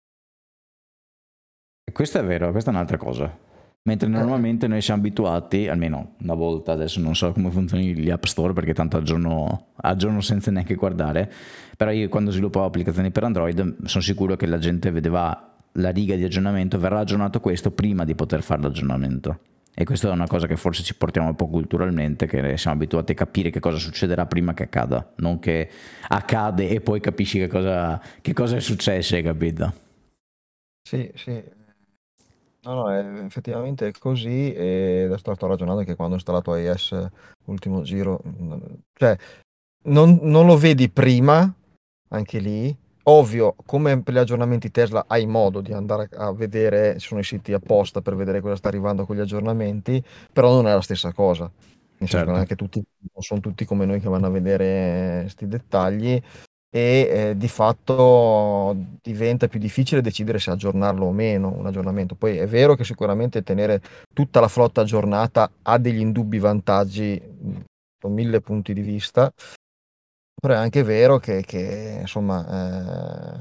E questo è vero, questa è un'altra cosa. Mentre normalmente noi siamo abituati, almeno una volta, adesso non so come funzionano gli App Store perché tanto aggiorno senza neanche guardare, però io quando sviluppavo applicazioni per Android sono sicuro che la gente vedeva la riga di aggiornamento, verrà aggiornato questo prima di poter fare l'aggiornamento. E questa è una cosa che forse ci portiamo un po' culturalmente, che siamo abituati a capire che cosa succederà prima che accada, non che accade e poi capisci che cosa è successo, hai capito? Sì, sì. No, no, effettivamente è così e adesso sto ragionando che quando ho installato iOS ultimo giro, cioè non lo vedi prima, anche lì. Ovvio, come per gli aggiornamenti Tesla hai modo di andare a vedere, ci sono i siti apposta per vedere cosa sta arrivando con gli aggiornamenti, però non è la stessa cosa. Nel senso che non Certo. è che tutti, non sono tutti come noi che vanno a vedere questi dettagli e di fatto diventa più difficile decidere se aggiornarlo o meno un aggiornamento. Poi è vero che sicuramente tenere tutta la flotta aggiornata ha degli indubbi vantaggi da mille punti di vista, però è anche vero che, insomma,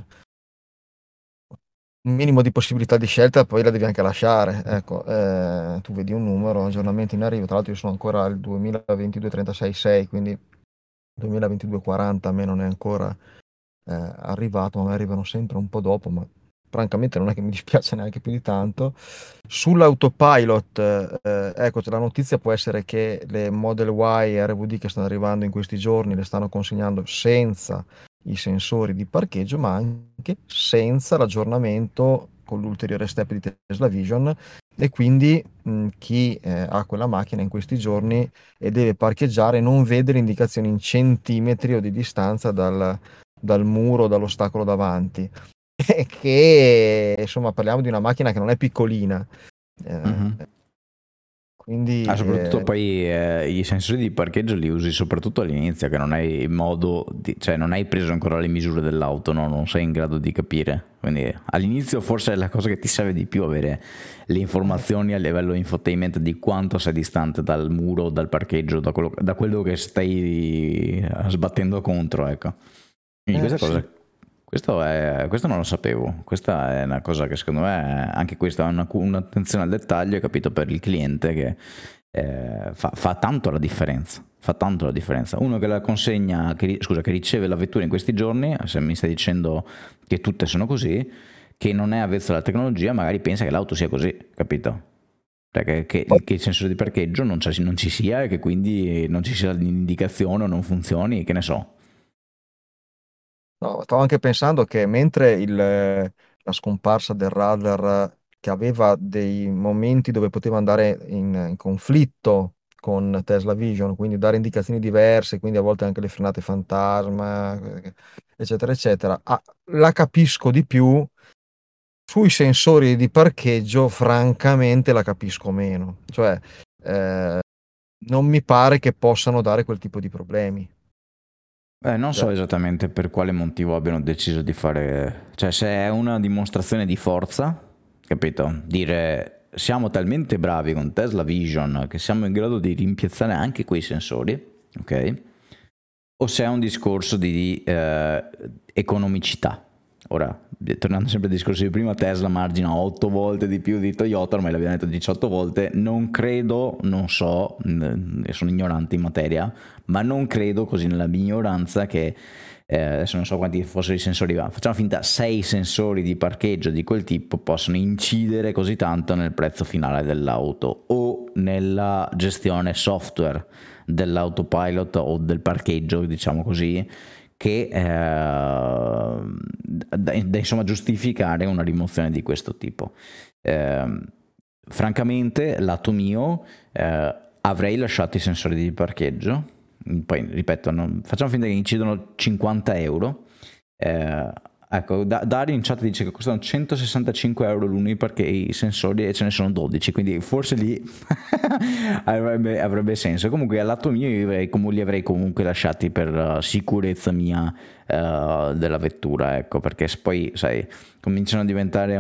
un minimo di possibilità di scelta poi la devi anche lasciare. Ecco, tu vedi un numero, aggiornamento in arrivo, tra l'altro io sono ancora al 2022-36-6, quindi 2022-40 a me non è ancora arrivato, ma mi arrivano sempre un po' dopo, ma francamente non è che mi dispiace neanche più di tanto. Sull'autopilot, ecco, la notizia può essere che le Model Y e RVD che stanno arrivando in questi giorni le stanno consegnando senza i sensori di parcheggio, ma anche senza l'aggiornamento con l'ulteriore step di Tesla Vision. E quindi chi ha quella macchina in questi giorni e deve parcheggiare non vede le indicazioni in centimetri o di distanza dal muro, dall'ostacolo davanti. Che insomma parliamo di una macchina che non è piccolina. Eh, Mhm. quindi Soprattutto poi i sensori di parcheggio li usi soprattutto all'inizio, che non hai modo cioè non hai preso ancora le misure dell'auto, no? Non sei in grado di capire. Quindi all'inizio forse è la cosa che ti serve di più, avere le informazioni a livello infotainment di quanto sei distante dal muro, dal parcheggio, da quello che stai sbattendo contro, ecco. Quindi questa sì. cosa, questo non lo sapevo, questa è una cosa che secondo me, anche questa è un'attenzione al dettaglio, capito, per il cliente che fa tanto la differenza, fa tanto la differenza. Uno che la consegna, che riceve la vettura in questi giorni, se mi stai dicendo che tutte sono così, che non è avvezzo alla tecnologia, magari pensa che l'auto sia così, capito? Cioè che il sensore di parcheggio non ci sia e che quindi non ci sia l'indicazione o non funzioni, che ne so. No, stavo anche pensando che mentre la scomparsa del radar che aveva dei momenti dove poteva andare in conflitto con Tesla Vision, quindi dare indicazioni diverse, quindi a volte anche le frenate fantasma, eccetera, eccetera, la capisco di più. Sui sensori di parcheggio, francamente, la capisco meno. Cioè, eh, non mi pare che possano dare quel tipo di problemi. Non so Cioè, esattamente per quale motivo abbiano deciso di fare, cioè se è una dimostrazione di forza, capito? Dire siamo talmente bravi con Tesla Vision che siamo in grado di rimpiazzare anche quei sensori, ok? O se è un discorso di economicità. Ora, tornando sempre al discorso di prima, Tesla margina 8 volte di più di Toyota, ormai l'abbiamo detto 18 volte, non credo, non so, sono ignorante in materia, ma non credo così nella mia ignoranza che, adesso non so quanti fossero i sensori, ma facciamo finta 6 sensori di parcheggio di quel tipo possono incidere così tanto nel prezzo finale dell'auto o nella gestione software dell'autopilot o del parcheggio, diciamo così, che da insomma giustificare una rimozione di questo tipo. Eh, Francamente, lato mio, avrei lasciato i sensori di parcheggio. Poi, ripeto, facciamo finta che incidono 50 euro. Eh, ecco, Dario in chat dice che costano 165 euro l'uno perché i sensori e ce ne sono 12, quindi forse lì avrebbe senso. Comunque, al lato mio, li avrei comunque lasciati per sicurezza mia della vettura, ecco, perché poi, sai, cominciano a diventare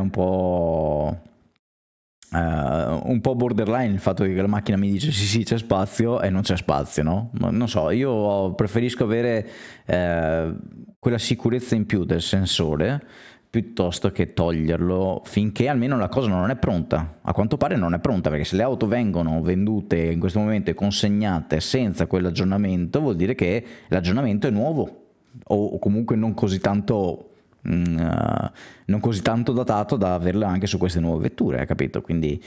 un po' borderline il fatto che la macchina mi dice sì sì c'è spazio e non c'è spazio, no? Ma non so, io preferisco avere quella sicurezza in più del sensore piuttosto che toglierlo finché almeno la cosa non è pronta. A quanto pare non è pronta, perché se le auto vengono vendute in questo momento e consegnate senza quell'aggiornamento vuol dire che l'aggiornamento è nuovo o comunque non così tanto non così tanto datato da averla anche su queste nuove vetture, hai capito? Quindi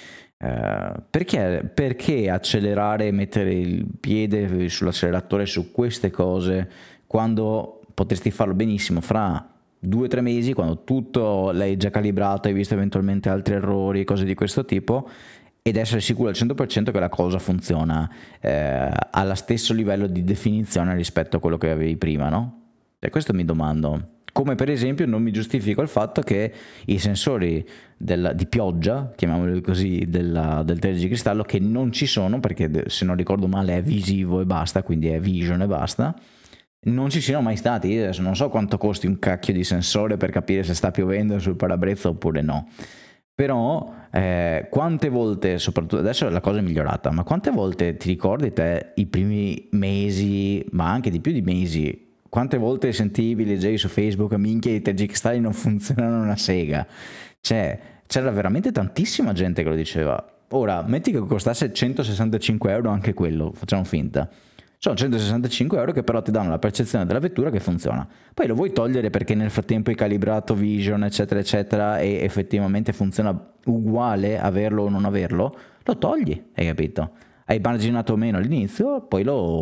perché accelerare e mettere il piede sull'acceleratore su queste cose quando potresti farlo benissimo fra 2 o 3 mesi, quando tutto l'hai già calibrato, hai visto eventualmente altri errori, cose di questo tipo, ed essere sicuro al 100% che la cosa funziona allo stesso livello di definizione rispetto a quello che avevi prima, no? E questo mi domando. Come per esempio non mi giustifico il fatto che i sensori di pioggia, chiamiamoli così, del tergicristallo, che non ci sono, perché se non ricordo male è visivo e basta, quindi è vision e basta, non ci siano mai stati. Io adesso non so quanto costi un cacchio di sensore per capire se sta piovendo sul parabrezza oppure no. Però quante volte, soprattutto adesso la cosa è migliorata, ma quante volte ti ricordi te i primi mesi, ma anche di più di mesi, quante volte sentivi, leggevi su Facebook, minchia i tergicristalli non funzionano una sega? Cioè, c'era veramente tantissima gente che lo diceva. Ora, metti che costasse 165 euro anche quello, facciamo finta. Sono 165 euro che però ti danno la percezione della vettura che funziona. Poi lo vuoi togliere perché nel frattempo hai calibrato Vision, eccetera, eccetera, e effettivamente funziona uguale averlo o non averlo? Lo togli, hai capito? Hai marginato meno all'inizio, poi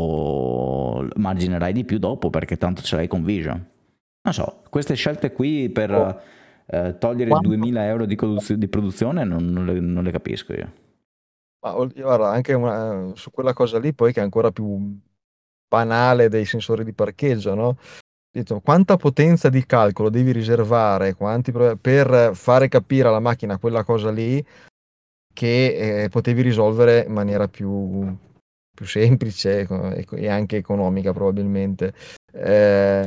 lo marginerai di più dopo perché tanto ce l'hai con Vision. Non so, queste scelte qui Oh, per togliere quanto 2000 euro di produzione non le capisco io. Ma guarda, anche su quella cosa lì, poi che è ancora più banale dei sensori di parcheggio, no? Detto, quanta potenza di calcolo devi riservare per fare capire alla macchina quella cosa lì che potevi risolvere in maniera più semplice e anche economica probabilmente. Eh,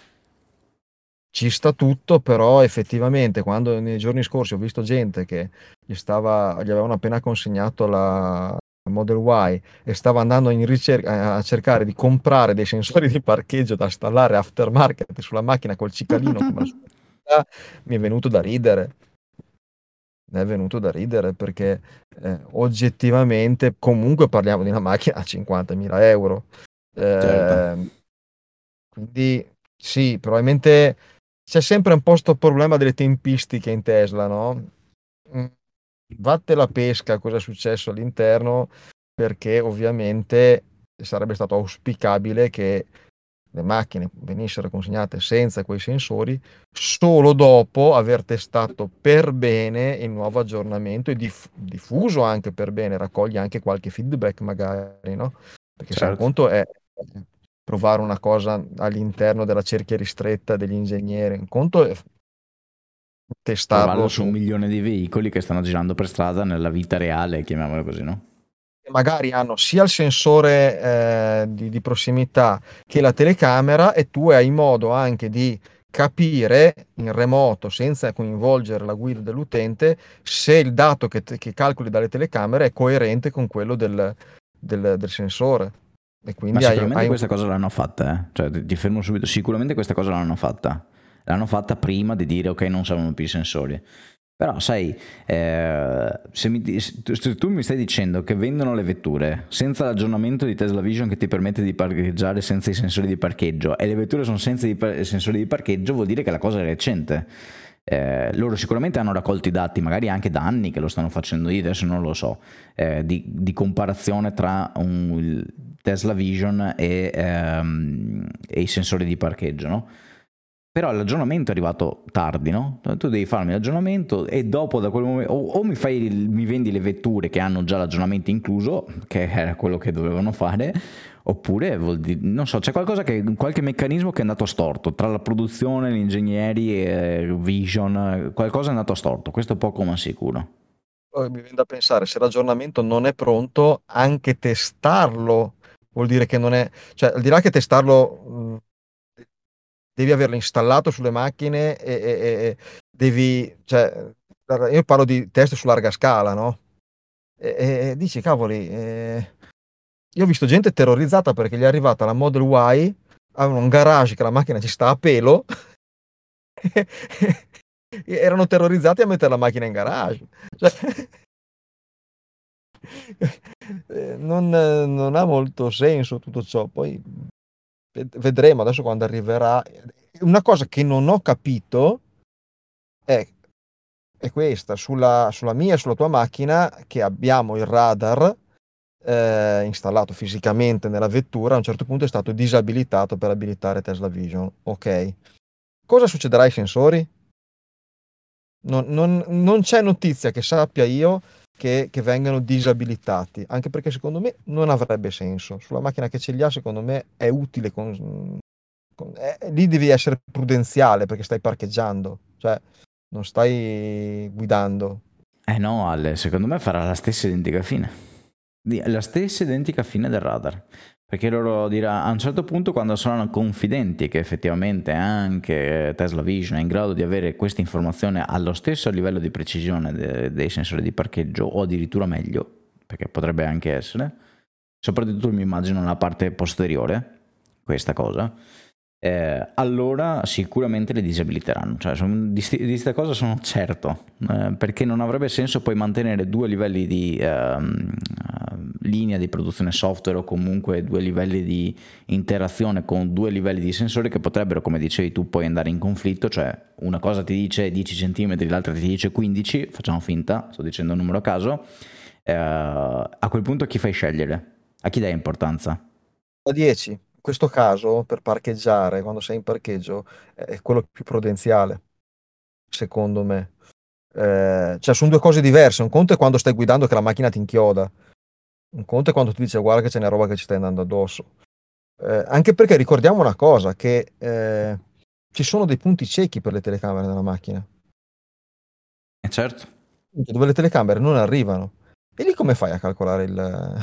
Ci sta tutto, però effettivamente quando nei giorni scorsi ho visto gente che gli avevano appena consegnato la Model Y e stava andando in ricerca a cercare di comprare dei sensori di parcheggio da installare aftermarket sulla macchina col cicalino come al solito, mi è venuto da ridere. Mi è venuto da ridere perché oggettivamente comunque parliamo di una macchina a 50.000 euro. Certo. Eh, quindi sì, probabilmente c'è sempre un po' sto problema delle tempistiche in Tesla, no? Mm, Vatte la pesca cosa è successo all'interno, perché ovviamente sarebbe stato auspicabile che le macchine venissero consegnate senza quei sensori solo dopo aver testato per bene il nuovo aggiornamento e diffuso anche per bene, raccoglie anche qualche feedback magari, no? Perché se un Certo. conto è provare una cosa all'interno della cerchia ristretta degli ingegneri, un conto è Provarlo testarlo su un su milione di veicoli che stanno girando per strada nella vita reale, chiamiamolo così, no? magari hanno sia il sensore di prossimità che la telecamera e tu hai modo anche di capire in remoto, senza coinvolgere la guida dell'utente, se il dato che calcoli dalle telecamere è coerente con quello del sensore. E Ma quindi sicuramente hai un... questa cosa l'hanno fatta, eh. Cioè, ti fermo subito, sicuramente questa cosa l'hanno fatta. L'hanno fatta prima di dire ok, non servono più i sensori. Però, sai, se tu mi stai dicendo che vendono le vetture senza l'aggiornamento di Tesla Vision che ti permette di parcheggiare senza i sensori di parcheggio e le vetture sono senza i sensori di parcheggio, vuol dire che la cosa è recente. Loro sicuramente hanno raccolto i dati, magari anche da anni che lo stanno facendo, io adesso non lo so, di comparazione tra il Tesla Vision e i sensori di parcheggio, no? Però l'aggiornamento è arrivato tardi, no? Tu devi farmi l'aggiornamento e dopo da quel momento o mi vendi le vetture che hanno già l'aggiornamento incluso, che era quello che dovevano fare, oppure non so, c'è qualche meccanismo che è andato storto tra la produzione, gli ingegneri e Vision, qualcosa è andato storto, questo è poco ma sicuro. Poi mi viene da pensare, se l'aggiornamento non è pronto, anche testarlo vuol dire che non è... Cioè, al di là che testarlo, devi averlo installato sulle macchine e devi... Cioè, guarda, io parlo di test su larga scala, no? E dici, cavoli, io ho visto gente terrorizzata perché gli è arrivata la Model Y, avevano un garage che la macchina ci sta a pelo, e erano terrorizzati a mettere la macchina in garage. Cioè, non ha molto senso tutto ciò. Poi vedremo adesso quando arriverà. Una cosa che non ho capito è, è questa, sulla mia e sulla tua macchina, che abbiamo il radar installato fisicamente nella vettura, a un certo punto è stato disabilitato per abilitare Tesla Vision. Ok. Cosa succederà ai sensori? Non c'è notizia che sappia io che vengano disabilitati, anche perché secondo me non avrebbe senso. Sulla macchina che ce li ha, secondo me è utile. Lì devi essere prudenziale perché stai parcheggiando, cioè non stai guidando. Eh no, Ale, secondo me farà la stessa identica fine. La stessa identica fine del radar. Perché loro dirà, a un certo punto, quando saranno confidenti che effettivamente anche Tesla Vision è in grado di avere questa informazione allo stesso livello di precisione dei sensori di parcheggio, o addirittura meglio, perché potrebbe anche essere, soprattutto mi immagino nella parte posteriore, questa cosa, allora sicuramente le disabiliteranno. Cioè, di questa cosa sono certo, perché non avrebbe senso poi mantenere due livelli di linea di produzione software, o comunque due livelli di interazione con due livelli di sensori che potrebbero, come dicevi tu, poi andare in conflitto. Cioè una cosa ti dice 10 cm, l'altra ti dice 15, facciamo finta, sto dicendo un numero a caso. A quel punto chi fai scegliere? A chi dai importanza? A 10, in questo caso per parcheggiare, quando sei in parcheggio, è quello più prudenziale, secondo me. Cioè, sono due cose diverse. Un conto è quando stai guidando che la macchina ti inchioda, un conto è quando ti dice guarda che c'è una roba che ci sta andando addosso. Anche perché ricordiamo una cosa, che ci sono dei punti ciechi per le telecamere nella macchina, Certo. dove le telecamere non arrivano. E lì come fai a calcolare il...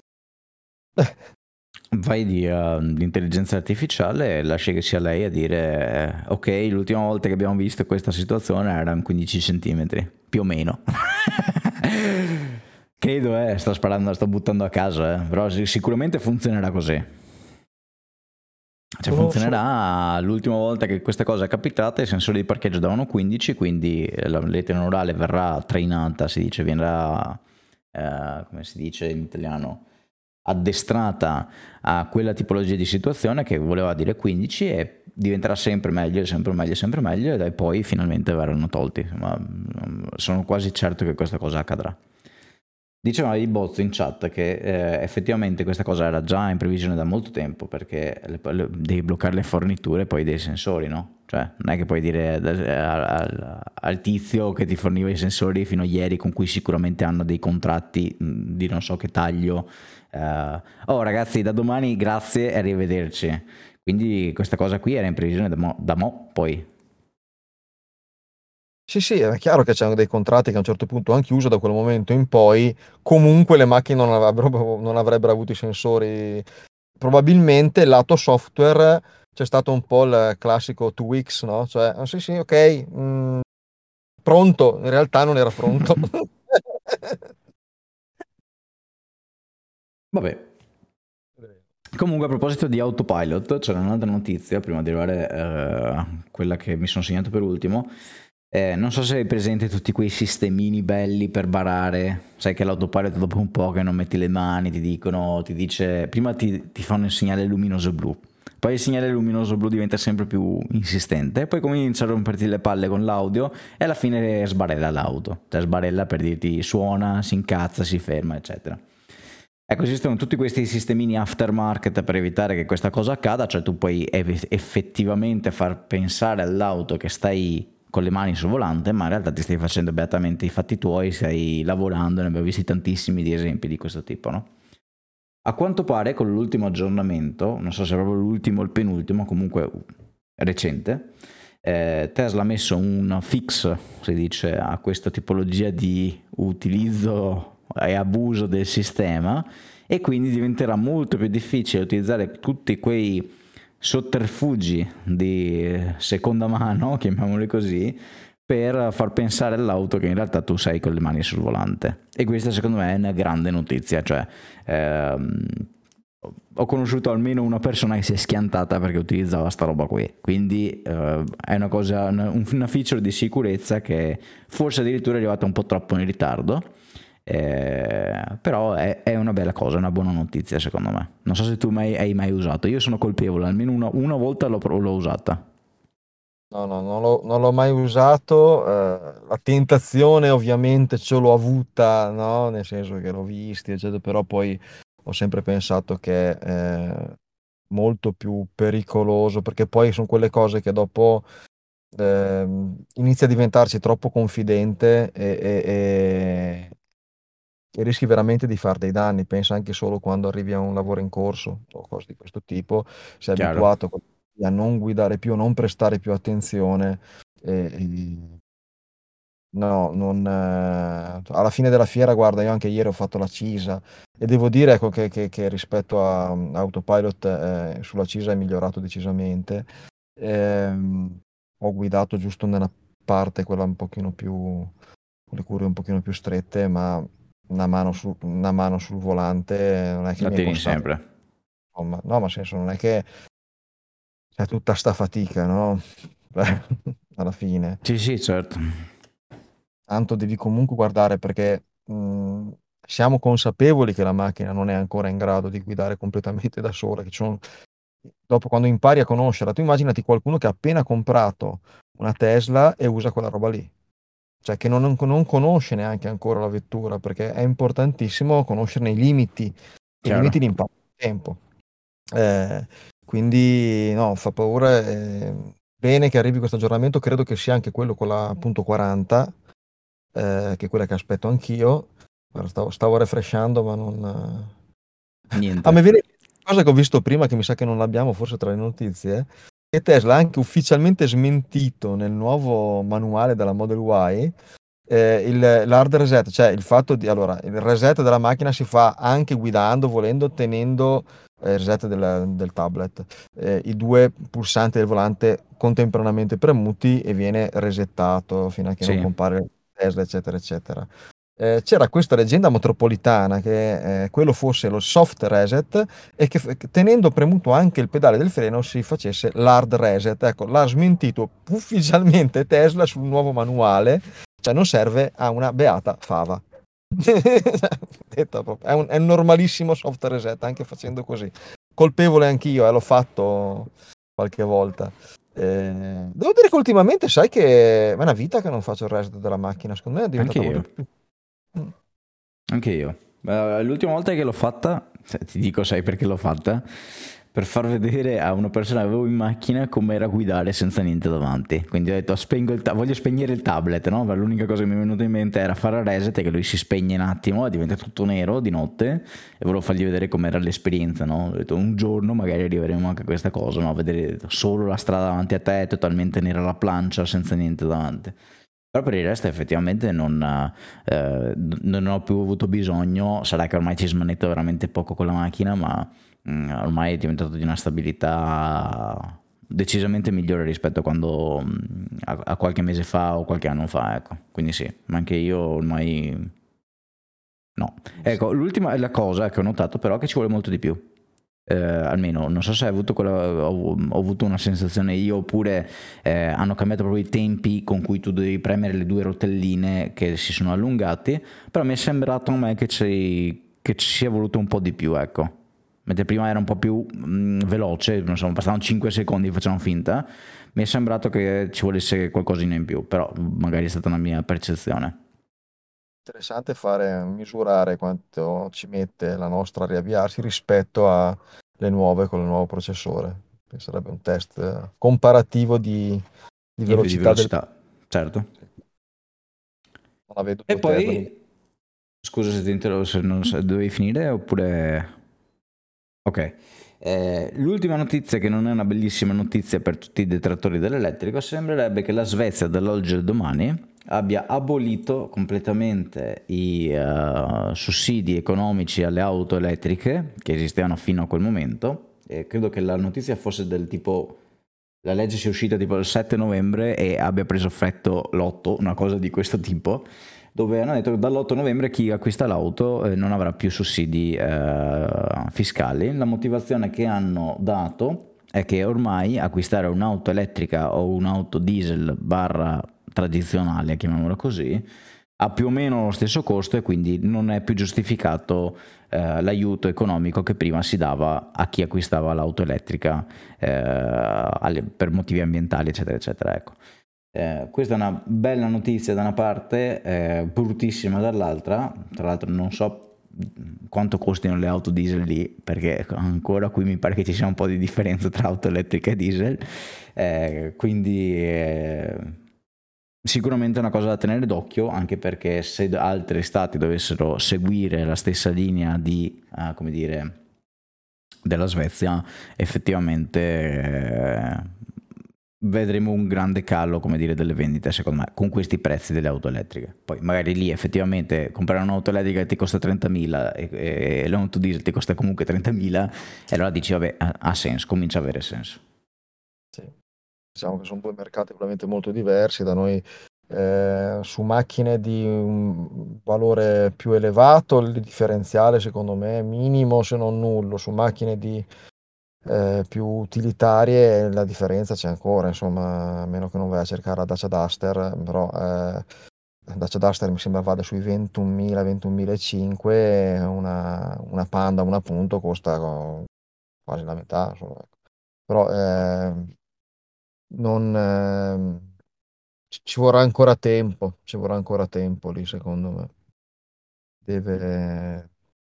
Vai di intelligenza artificiale e lasci che sia lei a dire ok, l'ultima volta che abbiamo visto questa situazione erano 15 centimetri, più o meno. Credo, sto buttando a caso, però sicuramente funzionerà così. Cioè sono... funzionerà, l'ultima volta che questa cosa è capitata i sensori di parcheggio davano 15, quindi la rete neurale verrà trainata, si dice, verrà, come si dice in italiano, addestrata a quella tipologia di situazione che voleva dire 15, e diventerà sempre meglio, sempre meglio, sempre meglio, e poi finalmente verranno tolti. Ma sono quasi certo che questa cosa accadrà. Diceva il Bozzo in chat che effettivamente questa cosa era già in previsione da molto tempo, perché devi bloccare le forniture poi dei sensori, no? Cioè non è che puoi dire al tizio che ti forniva i sensori fino a ieri, con cui sicuramente hanno dei contratti di non so che taglio, oh ragazzi, da domani grazie e arrivederci. Quindi questa cosa qui era in previsione da mo poi. Sì, sì, è chiaro che c'erano dei contratti che a un certo punto hanno chiuso, da quel momento in poi comunque le macchine non avrebbero avuto i sensori. Probabilmente lato software c'è stato un po' il classico 2 weeks, no? Cioè, sì, sì, ok, pronto, in realtà non era pronto. Vabbè. Comunque, a proposito di autopilot, c'era un'altra notizia prima di arrivare a quella che mi sono segnato per ultimo. Non so se hai presente tutti quei sistemini belli per barare. Sai che l'autopilot dopo un po' che non metti le mani ti dicono, ti dice, prima ti fanno il segnale luminoso blu, poi il segnale luminoso blu diventa sempre più insistente, poi comincia a romperti le palle con l'audio e alla fine sbarella l'auto. Cioè sbarella per dirti suona, si incazza, si ferma, eccetera. Ecco, esistono tutti questi sistemini aftermarket per evitare che questa cosa accada. Cioè tu puoi effettivamente far pensare all'auto che stai con le mani sul volante, ma in realtà ti stai facendo beatamente i fatti tuoi, stai lavorando, ne abbiamo visti tantissimi di esempi di questo tipo, no? A quanto pare con l'ultimo aggiornamento, non so se è proprio l'ultimo o il penultimo, comunque recente, Tesla ha messo un fix, si dice, a questa tipologia di utilizzo e abuso del sistema, e quindi diventerà molto più difficile utilizzare tutti quei sotterfugi di seconda mano, chiamiamoli così, per far pensare all'auto che in realtà tu sei con le mani sul volante. E questa secondo me è una grande notizia. Cioè ho conosciuto almeno una persona che si è schiantata perché utilizzava sta roba qui, quindi è una cosa, una feature di sicurezza che forse addirittura è arrivata un po' troppo in ritardo. Però è una bella cosa, una buona notizia secondo me. Non so se tu hai mai usato, io sono colpevole, almeno una volta l'ho usata. No, no, non l'ho mai usato. La tentazione ovviamente ce l'ho avuta, no? Nel senso che l'ho visti, eccetera, però poi ho sempre pensato che è molto più pericoloso, perché poi sono quelle cose che dopo inizia a diventarci troppo confidente e rischi veramente di fare dei danni. Pensa anche solo quando arrivi a un lavoro in corso o cose di questo tipo, sei Chiaro? abituato a non guidare più, a non prestare più attenzione. E no, non, alla fine della fiera, guarda, io anche ieri ho fatto la Cisa e devo dire, ecco, che rispetto a Autopilot, sulla Cisa è migliorato decisamente. Ho guidato giusto nella parte quella un pochino più, con le curve un pochino più strette, ma una mano sul volante non è che La mi è tieni costato. sempre. Insomma, no, ma nel senso non è che c'è tutta sta fatica, no? Beh, alla fine. Sì, sì, certo. Tanto devi comunque guardare perché siamo consapevoli che la macchina non è ancora in grado di guidare completamente da sola, dopo quando impari a conoscerla, tu immaginati qualcuno che ha appena comprato una Tesla e usa quella roba lì, cioè che non conosce neanche ancora la vettura, perché è importantissimo conoscerne i Chiaro? limiti di impatto del tempo. Eh, quindi no, fa paura. Bene che arrivi questo aggiornamento, credo che sia anche quello con la appunto 40, che è quella che aspetto anch'io. Guarda, stavo refreshando, ma non. Ah, Niente. mi viene una cosa che ho visto prima, che mi sa che non l'abbiamo forse tra le notizie, che Tesla ha anche ufficialmente smentito nel nuovo manuale della Model Y l'hard reset, cioè il fatto di, allora, il reset della macchina si fa anche guidando, volendo, tenendo il reset del tablet, i due pulsanti del volante contemporaneamente premuti e viene resettato fino a che non Sì. compare Tesla, eccetera, eccetera. C'era questa leggenda metropolitana che quello fosse lo soft reset e che tenendo premuto anche il pedale del freno si facesse l'hard reset. Ecco, l'ha smentito ufficialmente Tesla sul nuovo manuale, cioè non serve a una beata fava. Detta proprio. È un normalissimo soft reset, anche facendo così. Colpevole anch'io, l'ho fatto qualche volta. Devo dire che ultimamente, sai che è una vita che non faccio il reset della macchina, secondo me è Anche diventata molto io. più. Mm. Anche io. L'ultima volta che l'ho fatta, ti dico sai perché l'ho fatta, per far vedere a una persona che avevo in macchina come era guidare senza niente davanti. Quindi ho detto voglio spegnere il tablet, no? Ma l'unica cosa che mi è venuta in mente era fare reset, che lui si spegne un attimo, diventa tutto nero di notte e volevo fargli vedere com'era l'esperienza, no? Ho detto un giorno magari arriveremo anche a questa cosa, no? Vedere solo la strada davanti a te, totalmente nera la plancia, senza niente davanti. Però per il resto effettivamente non ho più avuto bisogno, sarà che ormai ci smanetto veramente poco con la macchina, ma ormai è diventato di una stabilità decisamente migliore rispetto a quando a qualche mese fa o qualche anno fa, ecco. Quindi sì, ma anche io ormai no. Ecco, l'ultima è la cosa che ho notato però che ci vuole molto di più. Almeno non so se hai avuto ho avuto una sensazione io oppure hanno cambiato proprio i tempi con cui tu devi premere le due rotelline che si sono allungati, però mi è sembrato a me che ci sia voluto un po' di più, ecco. Mentre prima era un po' più veloce, non so, bastavano 5 secondi, facevano finta, mi è sembrato che ci volesse qualcosina in più, però magari è stata una mia percezione. Interessante misurare quanto ci mette la nostra a riavviarsi rispetto alle nuove con il nuovo processore. Sarebbe un test comparativo di Di velocità del. velocità, certo. Non avendo E due Tesla. poi, scusa se ti interrompo, se non se dovevi finire oppure. Ok. L'ultima notizia, che non è una bellissima notizia per tutti i detrattori dell'elettrico, sembrerebbe che la Svezia dall'oggi al domani abbia abolito completamente i sussidi economici alle auto elettriche che esistevano fino a quel momento. E credo che la notizia fosse del tipo, la legge sia uscita tipo il 7 novembre e abbia preso effetto l'8, una cosa di questo tipo, dove hanno detto che dall'8 novembre chi acquista l'auto non avrà più sussidi fiscali. La motivazione che hanno dato è che ormai acquistare un'auto elettrica o un'auto diesel barra tradizionale, chiamiamola così, ha più o meno lo stesso costo e quindi non è più giustificato l'aiuto economico che prima si dava a chi acquistava l'auto elettrica per motivi ambientali, eccetera, eccetera. Ecco. Questa è una bella notizia da una parte, bruttissima dall'altra. Tra l'altro non so quanto costino le auto diesel lì, perché ancora qui mi pare che ci sia un po' di differenza tra auto elettrica e diesel, quindi sicuramente è una cosa da tenere d'occhio, anche perché se altri stati dovessero seguire la stessa linea di, come dire, della Svezia, effettivamente vedremo un grande calo, come dire, delle vendite, secondo me, con questi prezzi delle auto elettriche. Poi magari lì effettivamente comprare un'auto elettrica che ti costa 30.000 e l'auto diesel ti costa comunque 30.000, e allora dici, vabbè, ha senso, comincia a avere senso. Sì. Diciamo che sono due mercati probabilmente molto diversi. Da noi su macchine di un valore più elevato il differenziale secondo me è minimo se non nullo. Su macchine di più utilitarie la differenza c'è ancora, insomma, a meno che non vai a cercare la Dacia Duster, però Dacia Duster mi sembra vada sui 21.000, 21.500, una Panda, una Punto costa quasi la metà, insomma, ecco. Però non, ci vorrà ancora tempo, ci vorrà ancora tempo lì, secondo me. Deve,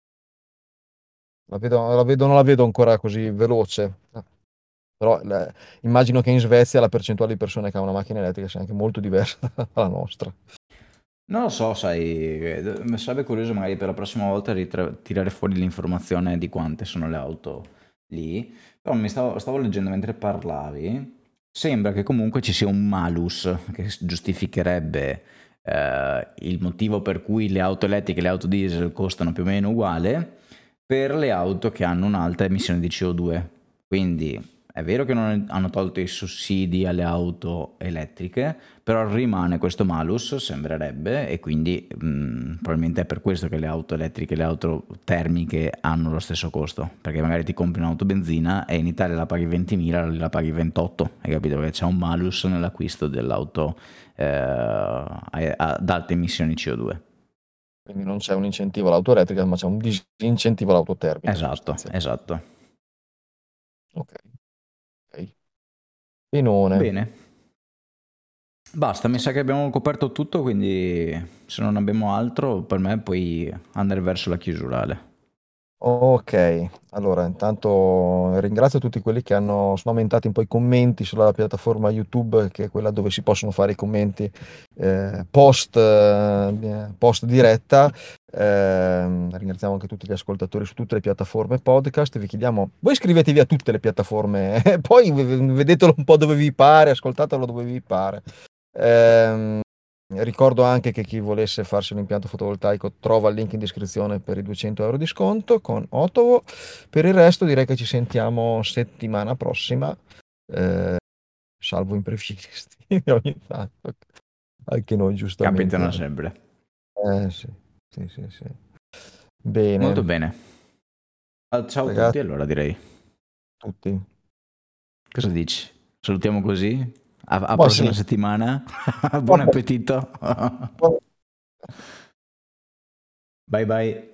non la vedo ancora così veloce. Però immagino che in Svezia la percentuale di persone che ha una macchina elettrica sia anche molto diversa dalla nostra. Non lo so, sai, mi sarebbe curioso magari per la prossima volta tirare fuori l'informazione di quante sono le auto lì, però stavo leggendo mentre parlavi, sembra che comunque ci sia un malus che giustificherebbe il motivo per cui le auto elettriche e le auto diesel costano più o meno uguale per le auto che hanno un'alta emissione di CO2. Quindi è vero che non hanno tolto i sussidi alle auto elettriche, però rimane questo malus, sembrerebbe, e quindi probabilmente è per questo che le auto elettriche e le auto termiche hanno lo stesso costo, perché magari ti compri un'auto benzina e in Italia la paghi 20.000, lì la paghi 28, hai capito? Perché c'è un malus nell'acquisto dell'auto ad alte emissioni CO2. Quindi non c'è un incentivo all'auto elettrica, ma c'è un disincentivo all'auto termica Esatto, sostanzialmente. esatto. Ok, ok. Benone. Bene, basta, mi sa che abbiamo coperto tutto, quindi se non abbiamo altro, per me puoi andare verso la chiusura, Ale. Ok, allora intanto ringrazio tutti quelli che sono aumentati un po' i commenti sulla piattaforma YouTube, che è quella dove si possono fare i commenti post diretta. Ringraziamo anche tutti gli ascoltatori su tutte le piattaforme podcast. Vi chiediamo, voi iscrivetevi a tutte le piattaforme, poi vedetelo un po' dove vi pare, ascoltatelo dove vi pare. Ricordo anche che chi volesse farsi un impianto fotovoltaico trova il link in descrizione per i 200 euro di sconto con Otovo. Per il resto direi che ci sentiamo settimana prossima, eh, salvo imprevisti ogni tanto, anche noi Capitano giustamente. sempre. Sì, sì, sì, sì. Molto Bene, bene. Ciao a tutti, ragazzi, allora direi. tutti. Cosa dici? Salutiamo così? A Ma prossima sì, settimana. Buon vabbè. appetito. Bye bye.